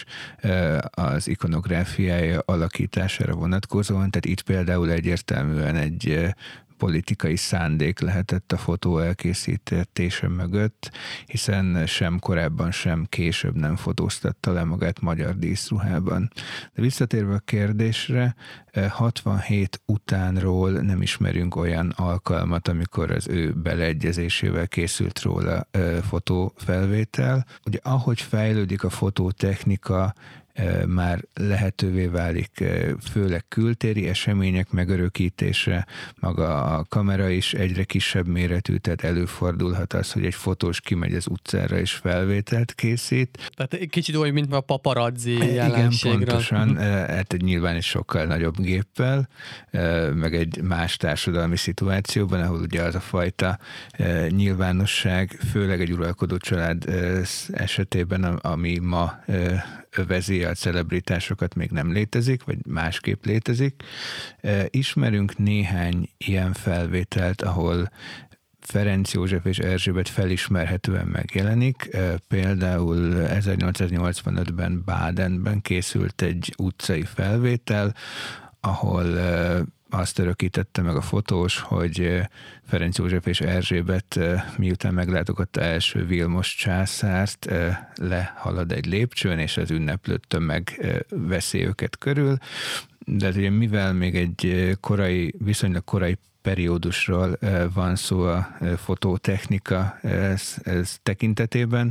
az ikonográfiája alakítására vonatkozóan, tehát itt például egyértelműen egy politikai szándék lehetett a fotó elkészítése mögött, hiszen sem korábban, sem később nem fotóztatta le magát magyar díszruhában. De visszatérve a kérdésre, hatvanhét utánról nem ismerünk olyan alkalmat, amikor az ő beleegyezésével készült róla fotófelvétel. Ugye ahogy fejlődik a fotótechnika, már lehetővé válik főleg kültéri események megörökítése, maga a kamera is egyre kisebb méretű, tehát előfordulhat az, hogy egy fotós kimegy az utcára és felvételt készít. Tehát kicsit olyan, mint a paparazzi jelenségre. Igen, pontosan, hát nyilván egy sokkal nagyobb géppel, meg egy más társadalmi szituációban, ahol ugye az a fajta nyilvánosság, főleg egy uralkodó család esetében, ami ma övezi a celebritásokat, még nem létezik, vagy másképp létezik. Ismerünk néhány ilyen felvételt, ahol Ferenc József és Erzsébet felismerhetően megjelenik. Például ezernyolcszáznyolcvanötben Bádenben készült egy utcai felvétel, ahol azt örökítette meg a fotós, hogy Ferenc József és Erzsébet miután meglátogatta első Vilmos császárt, lehalad egy lépcsőn, és az ünneplő tömeg veszi őket körül. De ugye mivel még egy korai, viszonylag korai periódusról van szó a fotótechnika ez, ez tekintetében,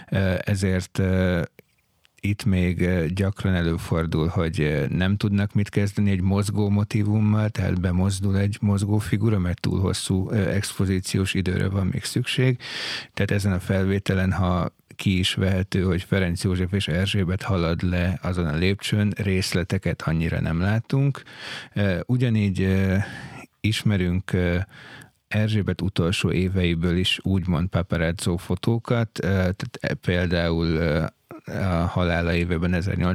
ezért itt még gyakran előfordul, hogy nem tudnak mit kezdeni egy mozgó motívummal, tehát bemozdul egy mozgó figura, mert túl hosszú expozíciós időre van még szükség. Tehát ezen a felvételen, ha ki is vehető, hogy Ferenc József és Erzsébet halad le azon a lépcsőn, részleteket annyira nem látunk. Ugyanígy ismerünk Erzsébet utolsó éveiből is úgymond paparazzo fotókat, tehát például a halála évében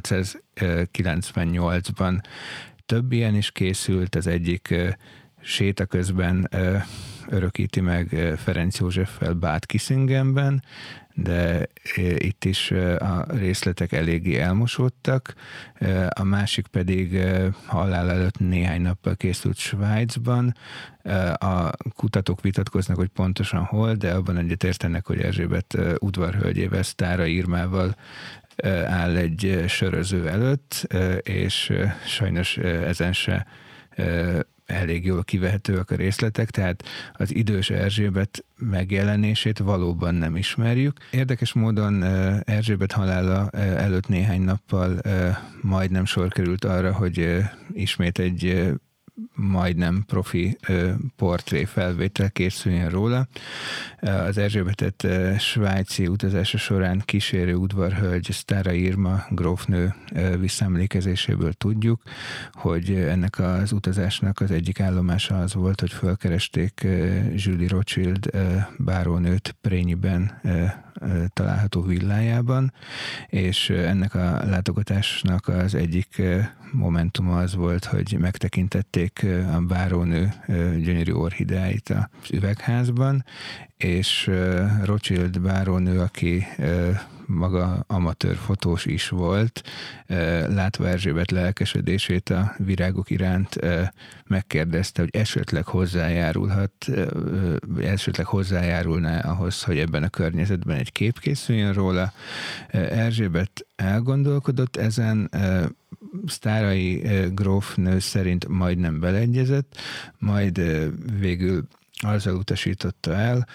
ezernyolcszázkilencvennyolcban több ilyen is készült, az egyik séta közben örökíti meg Ferenc Józseffel Bad Kissingenben, de itt is a részletek eléggé elmosódtak. A másik pedig halál előtt néhány nappal készült Svájcban. A kutatók vitatkoznak, hogy pontosan hol, de abban egyetértenek, hogy Erzsébet udvarhölgyével, Sztára Irmával áll egy söröző előtt, és sajnos ezen se elég jól kivehetőek a részletek, tehát az idős Erzsébet megjelenését valóban nem ismerjük. Érdekes módon Erzsébet halála előtt néhány nappal majdnem sor került arra, hogy ismét egy majdnem profi portré felvétel készüljön róla. Az Erzsébetet svájci utazása során kísérő udvarhölgy Sztára Irma grófnő visszaemlékezéséből tudjuk, hogy ennek az utazásnak az egyik állomása az volt, hogy felkeresték Julie Rothschild bárónőt Prényiben található villájában, és ennek a látogatásnak az egyik momentuma az volt, hogy megtekintették a bárónő gyönyörű orchideáit az üvegházban, és Rothschild bárónő, aki maga amatőr fotós is volt, látva Erzsébet lelkesedését a virágok iránt, megkérdezte, hogy esetleg hozzájárulhat, esetleg hozzájárulná ahhoz, hogy ebben a környezetben egy kép készüljön róla. Erzsébet elgondolkodott ezen, Sztárai grófnő szerint majdnem beleegyezett, majd végül azzal utasította el,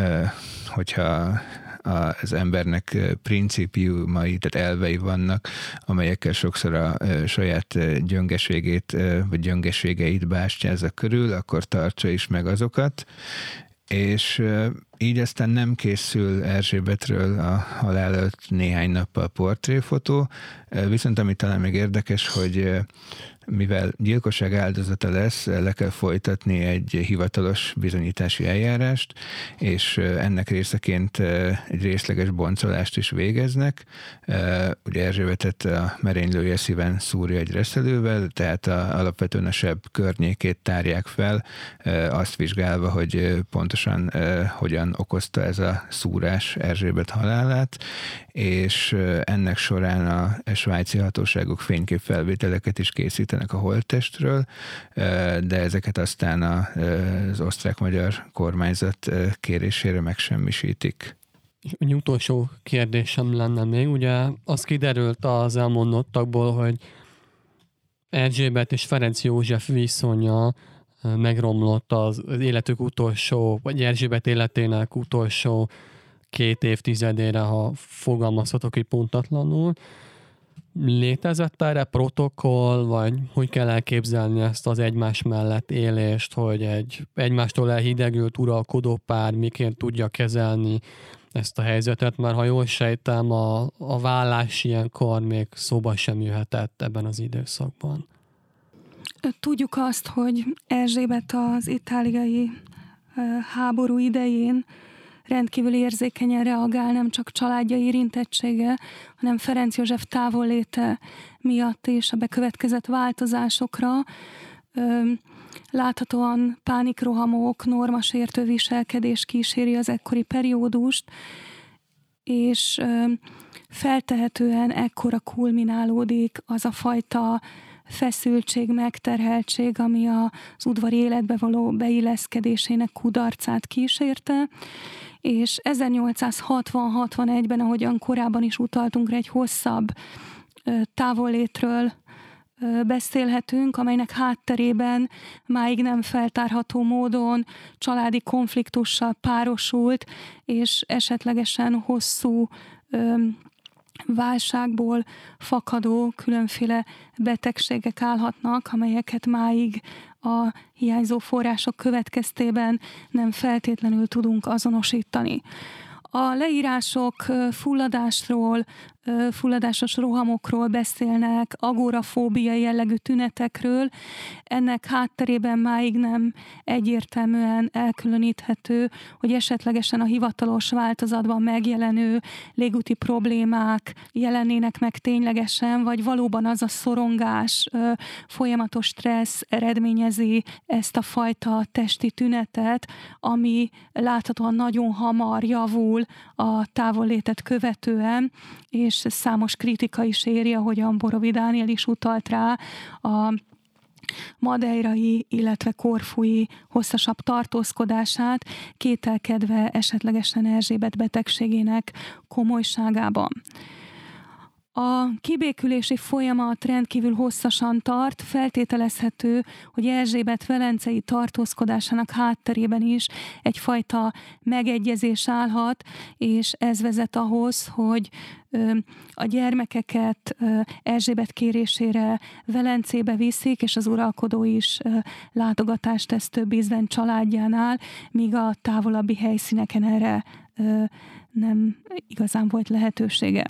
hogyha az embernek principiumai, tehát elvei vannak, amelyekkel sokszor a saját gyöngeségét vagy gyöngeségeit bástyázza körül, akkor tartsa is meg azokat, és így aztán nem készül Erzsébetről a halál előtt néhány nappal portréfotó, viszont ami talán még érdekes, hogy mivel gyilkosság áldozata lesz, le kell folytatni egy hivatalos bizonyítási eljárást, és ennek részeként egy részleges boncolást is végeznek. Ugye Erzsébetet a merénylője szíven szúrja egy reszelővel, tehát a, alapvetően a seb környékét tárják fel, azt vizsgálva, hogy pontosan hogyan okozta ez a szúrás Erzsébet halálát, és ennek során a svájci hatóságok fényképfelvételeket is készítenek a holttestről, de ezeket aztán az osztrák-magyar kormányzat kérésére megsemmisítik. Tudjuk azt, hogy Erzsébet az itáliai háború idején rendkívül érzékenyen reagál, nem csak családja érintettsége, hanem Ferenc József távolléte miatt és a bekövetkezett változásokra. Láthatóan pánikrohamok, normasértő viselkedés kíséri az ekkori periódust, és feltehetően ekkora kulminálódik az a fajta feszültség, megterheltség, ami az udvari életbe való beilleszkedésének kudarcát kísérte, és ezernyolcszázhatvan-hatvanegyben, ahogyan korábban is utaltunk rá, egy hosszabb távollétről beszélhetünk, amelynek hátterében máig nem feltárható módon családi konfliktussal párosult, és esetlegesen hosszú válságból fakadó különféle betegségek állhatnak, amelyeket máig a hiányzó források következtében nem feltétlenül tudunk azonosítani. A leírások fulladásról, fulladásos rohamokról beszélnek, agórafóbia jellegű tünetekről. Ennek hátterében máig nem egyértelműen elkülöníthető, hogy esetlegesen a hivatalos változatban megjelenő légúti problémák jelennének meg ténylegesen, vagy valóban az a szorongás, folyamatos stressz eredményezi ezt a fajta testi tünetet, ami láthatóan nagyon hamar javul a távollétet követően, és számos kritika is éri, ahogyan Borovi Dániel is utalt rá, a madeirai, illetve korfui hosszasabb tartózkodását, kételkedve esetlegesen Erzsébet betegségének komolyságában. A kibékülési folyamat rendkívül hosszasan tart, feltételezhető, hogy Erzsébet velencei tartózkodásának hátterében is egyfajta megegyezés állhat, és ez vezet ahhoz, hogy a gyermekeket Erzsébet kérésére Velencébe viszik, és az uralkodó is látogatást tesz több ízben családjánál, míg a távolabbi helyszíneken erre nem igazán volt lehetősége.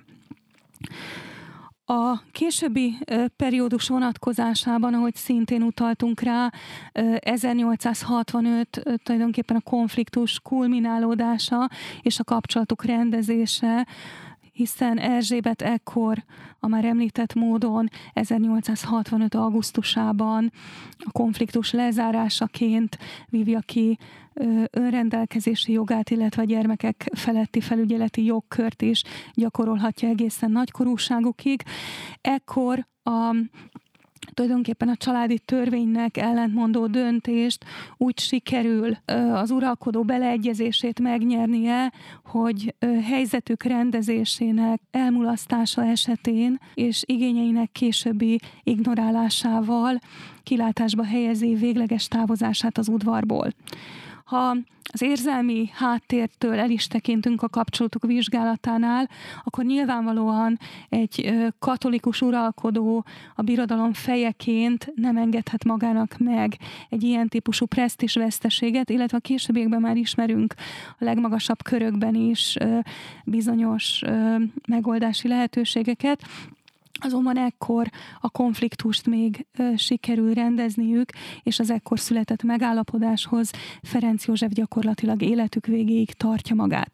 A későbbi periódus vonatkozásában, ahogy szintén utaltunk rá, ezernyolcszázhatvanöt tulajdonképpen a konfliktus kulminálódása és a kapcsolatok rendezése, hiszen Erzsébet ekkor a már említett módon ezernyolcszázhatvanöt. augusztusában a konfliktus lezárásaként vívja ki önrendelkezési jogát, illetve a gyermekek feletti felügyeleti jogkört is gyakorolhatja egészen nagykorúságukig. Ekkor a tulajdonképpen a családi törvénynek ellentmondó döntést úgy sikerül az uralkodó beleegyezését megnyernie, hogy helyzetük rendezésének elmulasztása esetén és igényeinek későbbi ignorálásával kilátásba helyezi végleges távozását az udvarból. Ha az érzelmi háttértől el is tekintünk a kapcsolatok vizsgálatánál, akkor nyilvánvalóan egy katolikus uralkodó a birodalom fejeként nem engedhet magának meg egy ilyen típusú presztízsveszteséget, illetve a későbbiekben már ismerünk a legmagasabb körökben is bizonyos megoldási lehetőségeket. Azonban ekkor a konfliktust még ö, sikerül rendezniük, és az ekkor született megállapodáshoz Ferenc József gyakorlatilag életük végéig tartja magát.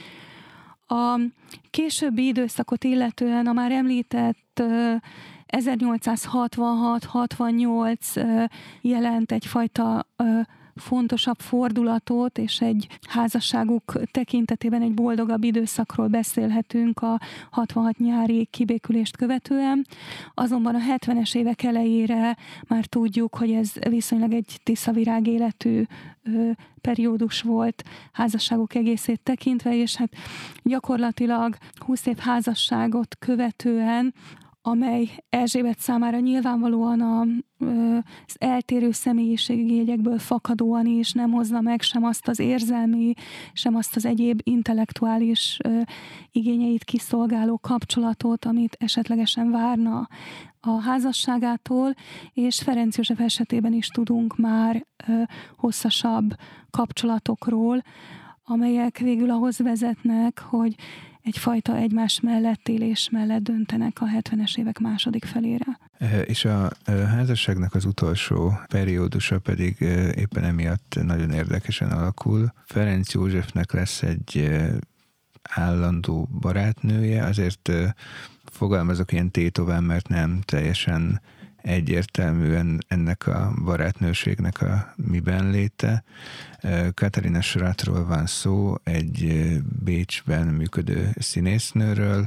A későbbi időszakot illetően a már említett ö, ezernyolcszázhatvanhat hatvannyolc ö, jelent egyfajta ö, fontosabb fordulatot, és egy házasságuk tekintetében egy boldogabb időszakról beszélhetünk a hatvanhat nyári kibékülést követően. Azonban a hetvenes évek elejére már tudjuk, hogy ez viszonylag egy tiszavirág életű ö, periódus volt házasságuk egészét tekintve, és hát gyakorlatilag húsz év házasságot követően, amely Erzsébet számára nyilvánvalóan a, az eltérő személyiségjegyekből fakadóan is nem hozna meg sem azt az érzelmi, sem azt az egyéb intellektuális igényeit kiszolgáló kapcsolatot, amit esetlegesen várna a házasságától, és Ferenc József esetében is tudunk már hosszasabb kapcsolatokról, amelyek végül ahhoz vezetnek, hogy egyfajta egymás mellett élés mellett döntenek a hetvenes évek második felére. És a házasságnak az utolsó periódusa pedig éppen emiatt nagyon érdekesen alakul. Ferenc Józsefnek lesz egy állandó barátnője, azért fogalmazok ilyen tétován, mert nem teljesen egyértelműen ennek a barátnőségnek a miben léte. Katharina Schrattról van szó, egy Bécsben működő színésznőről,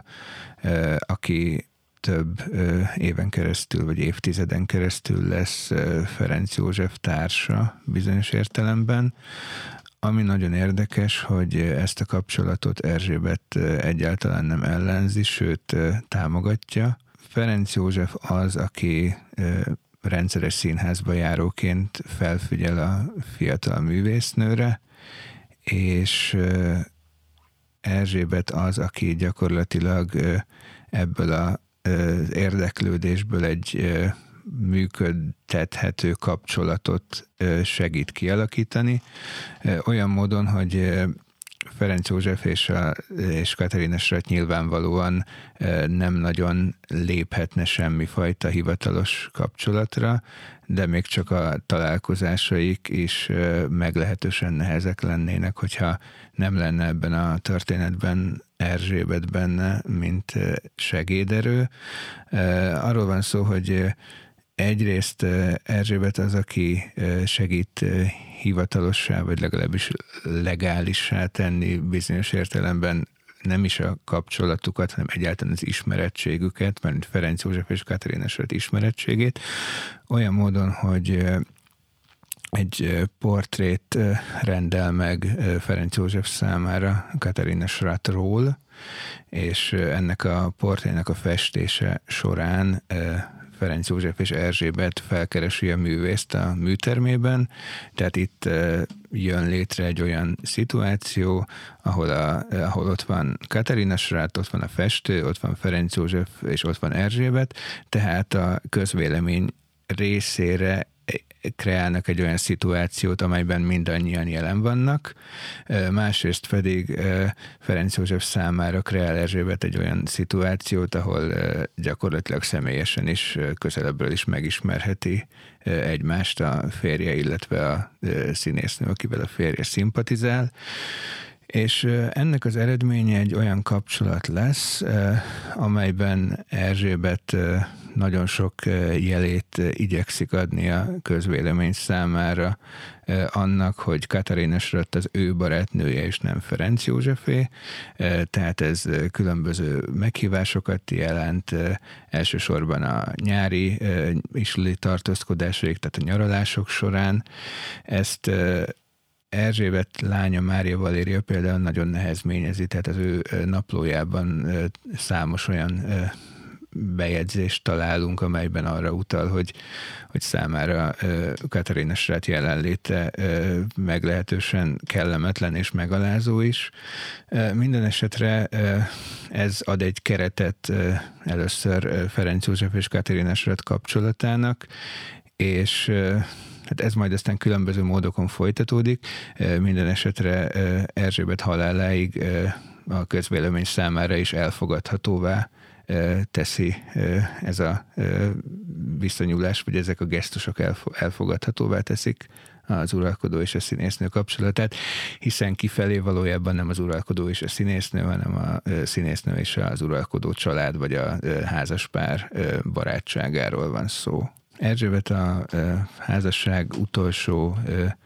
aki több éven keresztül, vagy évtizeden keresztül lesz Ferenc József társa bizonyos értelemben. Ami nagyon érdekes, hogy ezt a kapcsolatot Erzsébet egyáltalán nem ellenzi, sőt támogatja. Ferenc József az, aki rendszeres színházba járóként felfigyel a fiatal művésznőre, és Erzsébet az, aki gyakorlatilag ebből az érdeklődésből egy működtethető kapcsolatot segít kialakítani, olyan módon, hogy Ferenc József és, a, és Katharina Schratt nyilvánvalóan nem nagyon léphetne semmifajta hivatalos kapcsolatra, de még csak a találkozásaik is meglehetősen nehezek lennének, hogyha nem lenne ebben a történetben Erzsébet benne, mint segéderő. Arról van szó, hogy egyrészt Erzsébet az, aki segít hivatalossá, vagy legalábbis legálissá tenni bizonyos értelemben nem is a kapcsolatukat, hanem egyáltalán az ismerettségüket, mert Ferenc József és Katharina Schratt ismerettségét, olyan módon, hogy egy portrét rendel meg Ferenc József számára Katharina Schrattról, és ennek a portrének a festése során Ferenc József és Erzsébet felkeresi a művészt a műtermében, tehát itt jön létre egy olyan szituáció, ahol, a, ahol ott van Katharina Schratt, ott van a festő, ott van Ferenc József, és ott van Erzsébet, tehát a közvélemény részére kreálnak egy olyan szituációt, amelyben mindannyian jelen vannak. Másrészt pedig Ferenc József számára kreál Erzsébet egy olyan szituációt, ahol gyakorlatilag személyesen is, közelebbről is megismerheti egymást a férje, illetve a színésznő, akivel a férje szimpatizál. És ennek az eredménye egy olyan kapcsolat lesz, amelyben Erzsébet nagyon sok jelét igyekszik adni a közvélemény számára annak, hogy Katharina Schratt az ő barátnője, és nem Ferenc Józsefé. Tehát ez különböző meghívásokat jelent, elsősorban a nyári iskolai tartózkodásaik, tehát a nyaralások során. Ezt Erzsébet lánya, Mária Valéria például nagyon nehezményezi, tehát az ő naplójában számos olyan bejegyzést találunk, amelyben arra utal, hogy, hogy számára Katharina Schratt jelenléte meglehetősen kellemetlen és megalázó is. Minden esetre ez ad egy keretet először Ferenc József és Katharina Schratt kapcsolatának, és hát ez majd aztán különböző módokon folytatódik. Minden esetre Erzsébet haláláig a közvélemény számára is elfogadhatóvá teszi ez a viszonyulás, vagy ezek a gesztusok elfogadhatóvá teszik az uralkodó és a színésznő kapcsolatát, hiszen kifelé valójában nem az uralkodó és a színésznő, hanem a színésznő és az uralkodó család, vagy a házaspár barátságáról van szó. Erzsébet a házasság utolsó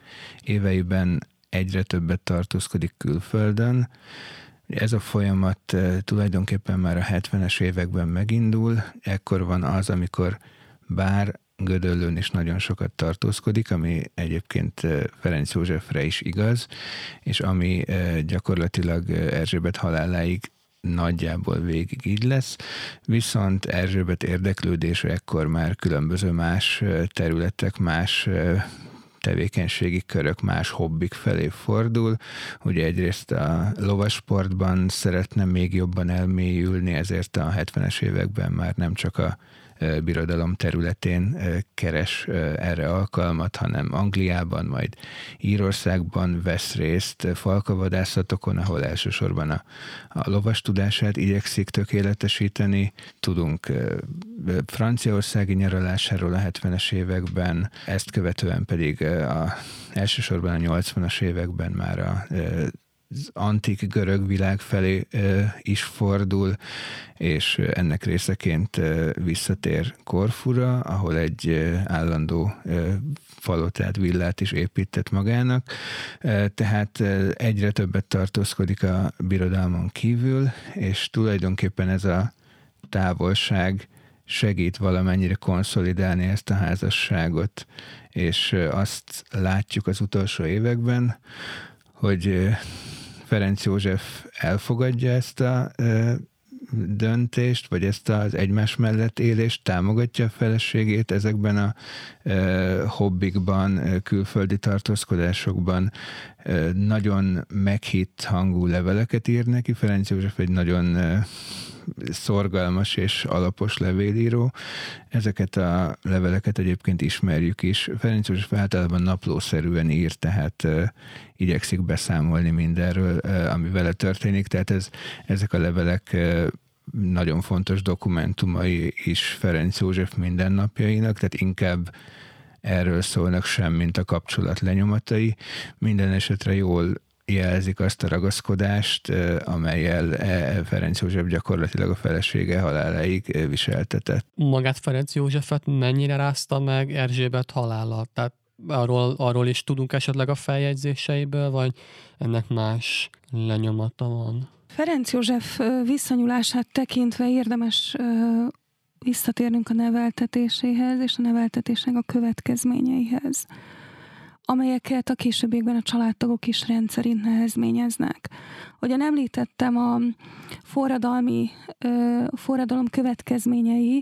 éveiben egyre többet tartózkodik külföldön. Ez a folyamat tulajdonképpen már a hetvenes években megindul. Ekkor van az, amikor bár Gödöllőn is nagyon sokat tartózkodik, ami egyébként Ferenc Józsefre is igaz, és ami gyakorlatilag Erzsébet haláláig nagyjából végig így lesz, viszont Erzsébet érdeklődése ekkor már különböző más területek, más tevékenységi körök, más hobbik felé fordul. Ugye egyrészt a lovasportban szeretne még jobban elmélyülni, ezért a hetvenes években már nem csak a birodalom területén keres erre alkalmat, hanem Angliában, majd Írországban vesz részt falkavadászatokon, ahol elsősorban a, a lovas tudását igyekszik tökéletesíteni. Tudunk franciaországi nyaralásáról a hetvenes években, ezt követően pedig a, elsősorban a nyolcvanas években már a az antik görög világ felé is fordul, és ennek részeként visszatér Korfura, ahol egy állandó falotát, villát is épített magának. Tehát egyre többet tartózkodik a birodalmon kívül, és tulajdonképpen ez a távolság segít valamennyire konszolidálni ezt a házasságot, és azt látjuk az utolsó években, hogy Ferenc József elfogadja ezt a ö, döntést, vagy ezt az egymás mellett élést, támogatja a feleségét ezekben a ö, hobbikban, külföldi tartózkodásokban. Ö, nagyon meghitt hangú leveleket ír neki. Ferenc József egy nagyon ö, szorgalmas és alapos levélíró. Ezeket a leveleket egyébként ismerjük is. Ferenc József általában naplószerűen ír, tehát uh, igyekszik beszámolni mindenről, uh, ami vele történik, tehát ez, ezek a levelek uh, nagyon fontos dokumentumai is Ferenc József mindennapjainak, tehát inkább erről szólnak sem, mint a kapcsolat lenyomatai. Minden esetre jól jelzik azt a ragaszkodást, amellyel Ferenc József gyakorlatilag a felesége haláláig viseltetett. Magát Ferenc Józsefet mennyire rázta meg Erzsébet halála? Tehát arról, arról is tudunk esetleg a feljegyzéseiből, vagy ennek más lenyomata van? Ferenc József viszonyulását tekintve érdemes visszatérnünk a neveltetéséhez és a neveltetésnek a következményeihez. amelyeket a későbbiekben a családtagok is rendszerint nehezményeznek. Hogyan említettem, a forradalmi, forradalom következményei,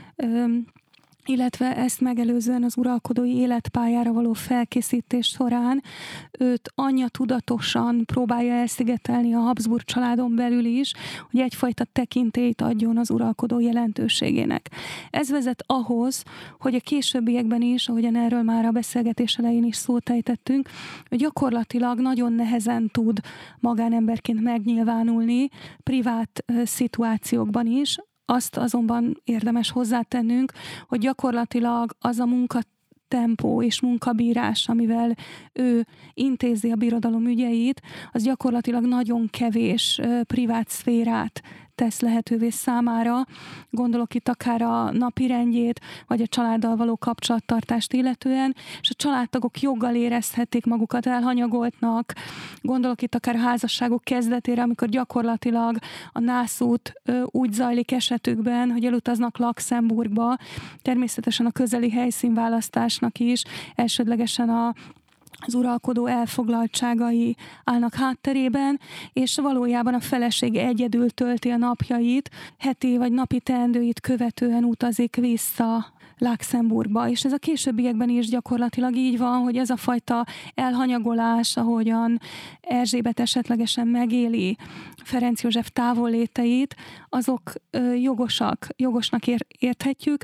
illetve ezt megelőzően az uralkodói életpályára való felkészítés során őt anyja tudatosan próbálja elszigetelni a Habsburg családon belül is, hogy egyfajta tekintélyt adjon az uralkodó jelentőségének. Ez vezet ahhoz, hogy a későbbiekben is, ahogyan erről már a beszélgetés elején is szót ejtettünk, hogy gyakorlatilag nagyon nehezen tud magánemberként megnyilvánulni privát szituációkban is. Azt azonban érdemes hozzátennünk, hogy gyakorlatilag az a munkatempó és munkabírás, amivel ő intézi a birodalom ügyeit, az gyakorlatilag nagyon kevés privát szférát tesz lehetővé számára. Gondolok itt akár a napirendjét, vagy a családdal való kapcsolattartást illetően, és a családtagok joggal érezhetik magukat elhanyagoltnak. Gondolok itt akár a házasságok kezdetére, amikor gyakorlatilag a nászút úgy zajlik esetükben, hogy elutaznak Luxemburgba, természetesen a közeli helyszínválasztásnak is, elsődlegesen a az uralkodó elfoglaltságai állnak hátterében, és valójában a feleség egyedül tölti a napjait, heti vagy napi teendőit követően utazik vissza Luxemburgba, és ez a későbbiekben is gyakorlatilag így van, hogy ez a fajta elhanyagolás, ahogyan Erzsébet esetlegesen megéli Ferenc József távolléteit, azok jogosak, jogosnak érthetjük,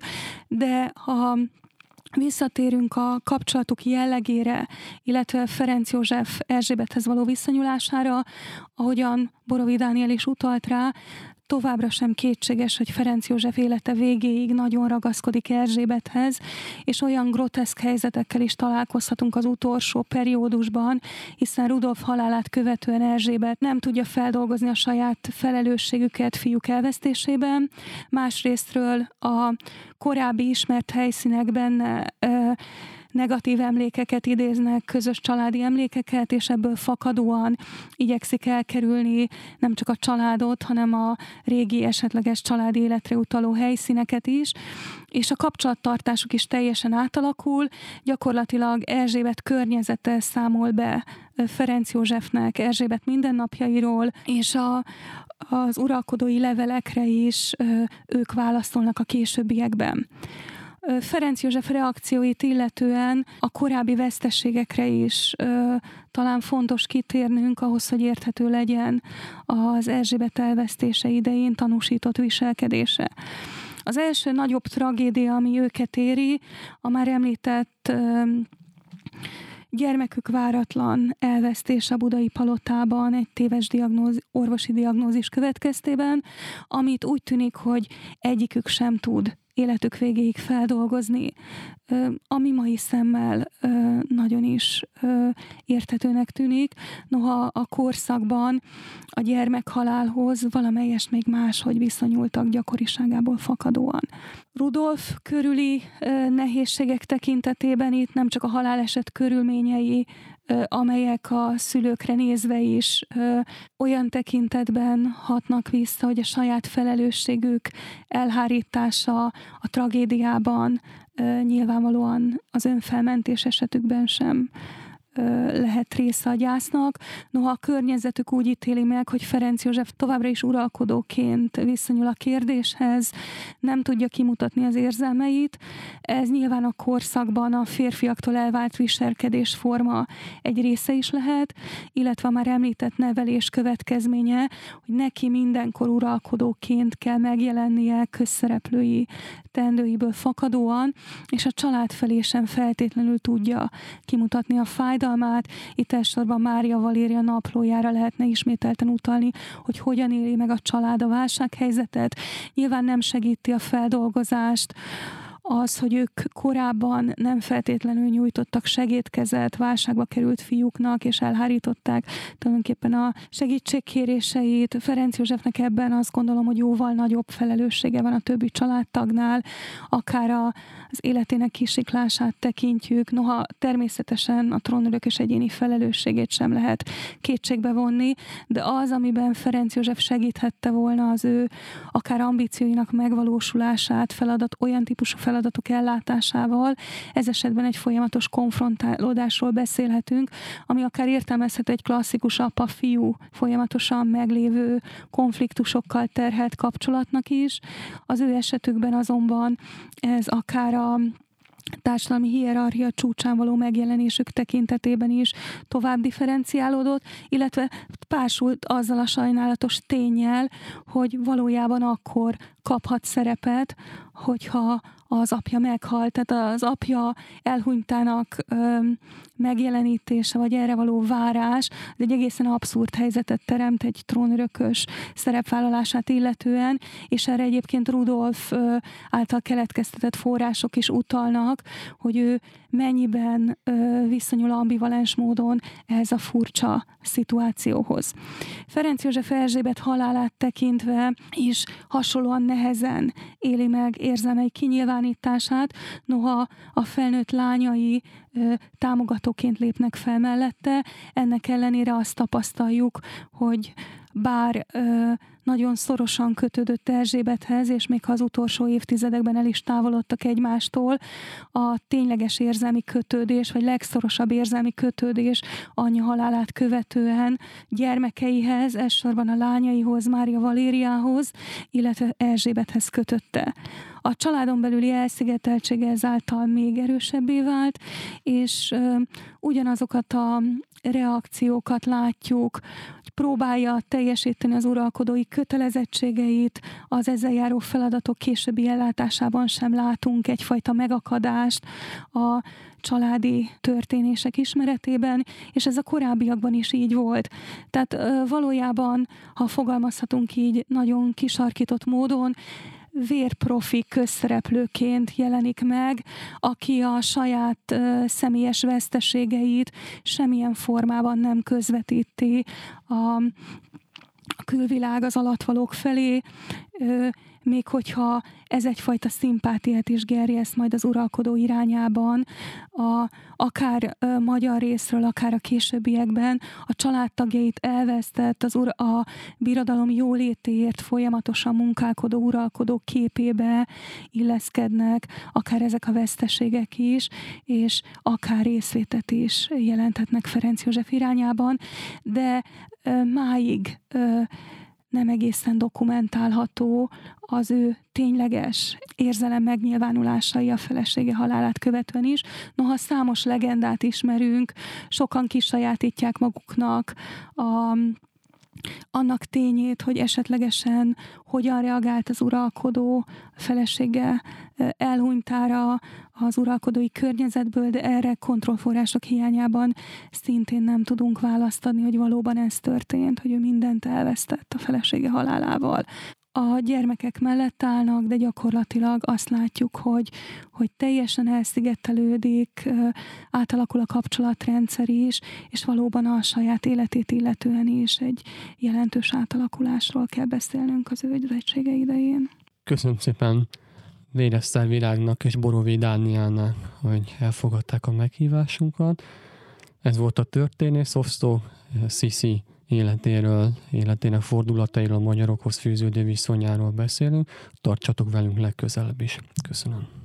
de ha visszatérünk a kapcsolatuk jellegére, illetve Ferenc József Erzsébethez való viszonyulására, ahogyan Borovi Dániel is utalt rá, továbbra sem kétséges, hogy Ferenc József élete végéig nagyon ragaszkodik Erzsébethez, és olyan groteszk helyzetekkel is találkozhatunk az utolsó periódusban, hiszen Rudolf halálát követően Erzsébet nem tudja feldolgozni a saját felelősségüket fiúk elvesztésében. Másrésztről a korábbi ismert helyszínekben negatív emlékeket idéznek, közös családi emlékeket, és ebből fakadóan igyekszik elkerülni nem csak a családot, hanem a régi esetleges családi életre utaló helyszíneket is, és a kapcsolattartásuk is teljesen átalakul, gyakorlatilag Erzsébet környezete számol be Ferenc Józsefnek Erzsébet mindennapjairól, és a, az uralkodói levelekre is ők válaszolnak a későbbiekben. Ferenc József reakcióit illetően a korábbi veszteségekre is ö, talán fontos kitérnünk ahhoz, hogy érthető legyen az Erzsébet elvesztése idején tanúsított viselkedése. Az első nagyobb tragédia, ami őket éri, a már említett ö, gyermekük váratlan elvesztése a budai palotában egy téves diagnóz, orvosi diagnózis következtében, amit úgy tűnik, hogy egyikük sem tud életük végéig feldolgozni, ami mai szemmel nagyon is érthetőnek tűnik. Noha a korszakban a gyermekhalálhoz valamelyest még máshogy viszonyultak gyakoriságából fakadóan. Rudolf körüli nehézségek tekintetében itt nem csak a haláleset körülményei, amelyek a szülőkre nézve is ö, olyan tekintetben hatnak vissza, hogy a saját felelősségük elhárítása a tragédiában ö, nyilvánvalóan az önfelmentés esetükben sem lehet része a gyásznak. Noha a környezetük úgy ítéli meg, hogy Ferenc József továbbra is uralkodóként viszonyul a kérdéshez, nem tudja kimutatni az érzelmeit. Ez nyilván a korszakban a férfiaktól elvált viselkedésforma egy része is lehet, illetve a már említett nevelés következménye, hogy neki mindenkor uralkodóként kell megjelennie közszereplői teendőiből fakadóan, és a család felé sem feltétlenül tudja kimutatni a fájdalmát. Itt elsősorban Mária Valéria naplójára lehetne ismételten utalni, hogy hogyan éli meg a család a válsághelyzetet. Nyilván nem segíti a feldolgozást az, hogy ők korábban nem feltétlenül nyújtottak segédkezet válságba került fiúknak, és elhárították tulajdonképpen a segítségkéréseit. Ferenc Józsefnek ebben azt gondolom, hogy jóval nagyobb felelőssége van a többi családtagnál, akár a, az életének kisiklását tekintjük, noha természetesen a trónörökös egyéni felelősségét sem lehet kétségbe vonni, de az, amiben Ferenc József segíthette volna az ő akár ambícióinak megvalósulását, feladat, olyan típusú feladat, feladatok ellátásával. Ez esetben egy folyamatos konfrontálódásról beszélhetünk, ami akár értelmezhető egy klasszikus apa-fiú folyamatosan meglévő konfliktusokkal terhelt kapcsolatnak is. Az ő esetükben azonban ez akár a társadalmi hierarchia csúcsán való megjelenésük tekintetében is tovább differenciálódott, illetve pársult azzal a sajnálatos ténnyel, hogy valójában akkor kaphat szerepet, hogyha az apja meghalt. Tehát az apja elhunytának ö, megjelenítése, vagy erre való várás, egy egészen abszurd helyzetet teremt egy trónörökös szerepvállalását illetően, és erre egyébként Rudolf ö, által keletkeztetett források is utalnak, hogy ő mennyiben ö, viszonyul ambivalens módon ehhez a furcsa szituációhoz. Ferenc József Erzsébet halálát tekintve is hasonlóan nehezen éli meg érzelmei kinyilvánítását, noha a felnőtt lányai ö, támogatóként lépnek fel mellette. Ennek ellenére azt tapasztaljuk, hogy bár ö, nagyon szorosan kötődött Erzsébethez, és még ha az utolsó évtizedekben el is távolodtak egymástól, a tényleges érzelmi kötődés, vagy legszorosabb érzelmi kötődés anyja halálát követően gyermekeihez, elsősorban a lányaihoz, Mária Valériához, illetve Erzsébethez kötötte. A családon belüli elszigeteltsége ezáltal még erősebbé vált, és ö, ugyanazokat a reakciókat látjuk, hogy próbálja teljesíteni az uralkodói kötelezettségeit, az ezzel járó feladatok későbbi ellátásában sem látunk egyfajta megakadást a családi történések ismeretében, és ez a korábbiakban is így volt. Tehát ö, valójában, ha fogalmazhatunk így nagyon kisarkított módon, vérprofi közszereplőként jelenik meg, aki a saját uh, személyes veszteségeit semmilyen formában nem közvetíti a, a külvilág az alatvalók felé, uh, még hogyha ez egyfajta szimpátiát is gerjeszt majd az uralkodó irányában, a, akár a magyar részről, akár a későbbiekben a családtagjait elvesztett, az ura, a birodalom jólétéért folyamatosan munkálkodó uralkodó képébe illeszkednek, akár ezek a veszteségek is, és akár részvétet is jelenthetnek Ferenc József irányában, de ö, máig ö, nem egészen dokumentálható az ő tényleges érzelem megnyilvánulásai a felesége halálát követően is. Noha számos legendát ismerünk, sokan kisajátítják maguknak a, annak tényét, hogy esetlegesen hogyan reagált az uralkodó felesége elhunytára az uralkodói környezetből, de erre kontrollforrások hiányában szintén nem tudunk választ adni, hogy valóban ez történt, hogy ő mindent elvesztett a felesége halálával. A gyermekek mellett állnak, de gyakorlatilag azt látjuk, hogy, hogy teljesen elszigetelődik, átalakul a kapcsolatrendszer is, és valóban a saját életét illetően is egy jelentős átalakulásról kell beszélnünk az ő ügyvezetsége idején. Köszönöm szépen Véreszter Virágnak és Borovy Dánielnek, hogy elfogadták a meghívásunkat. Ez volt a Történész Osztó, Sziszi életéről, életének fordulatairól, a magyarokhoz fűződő viszonyáról beszélünk. Tartsatok velünk legközelebb is. Köszönöm.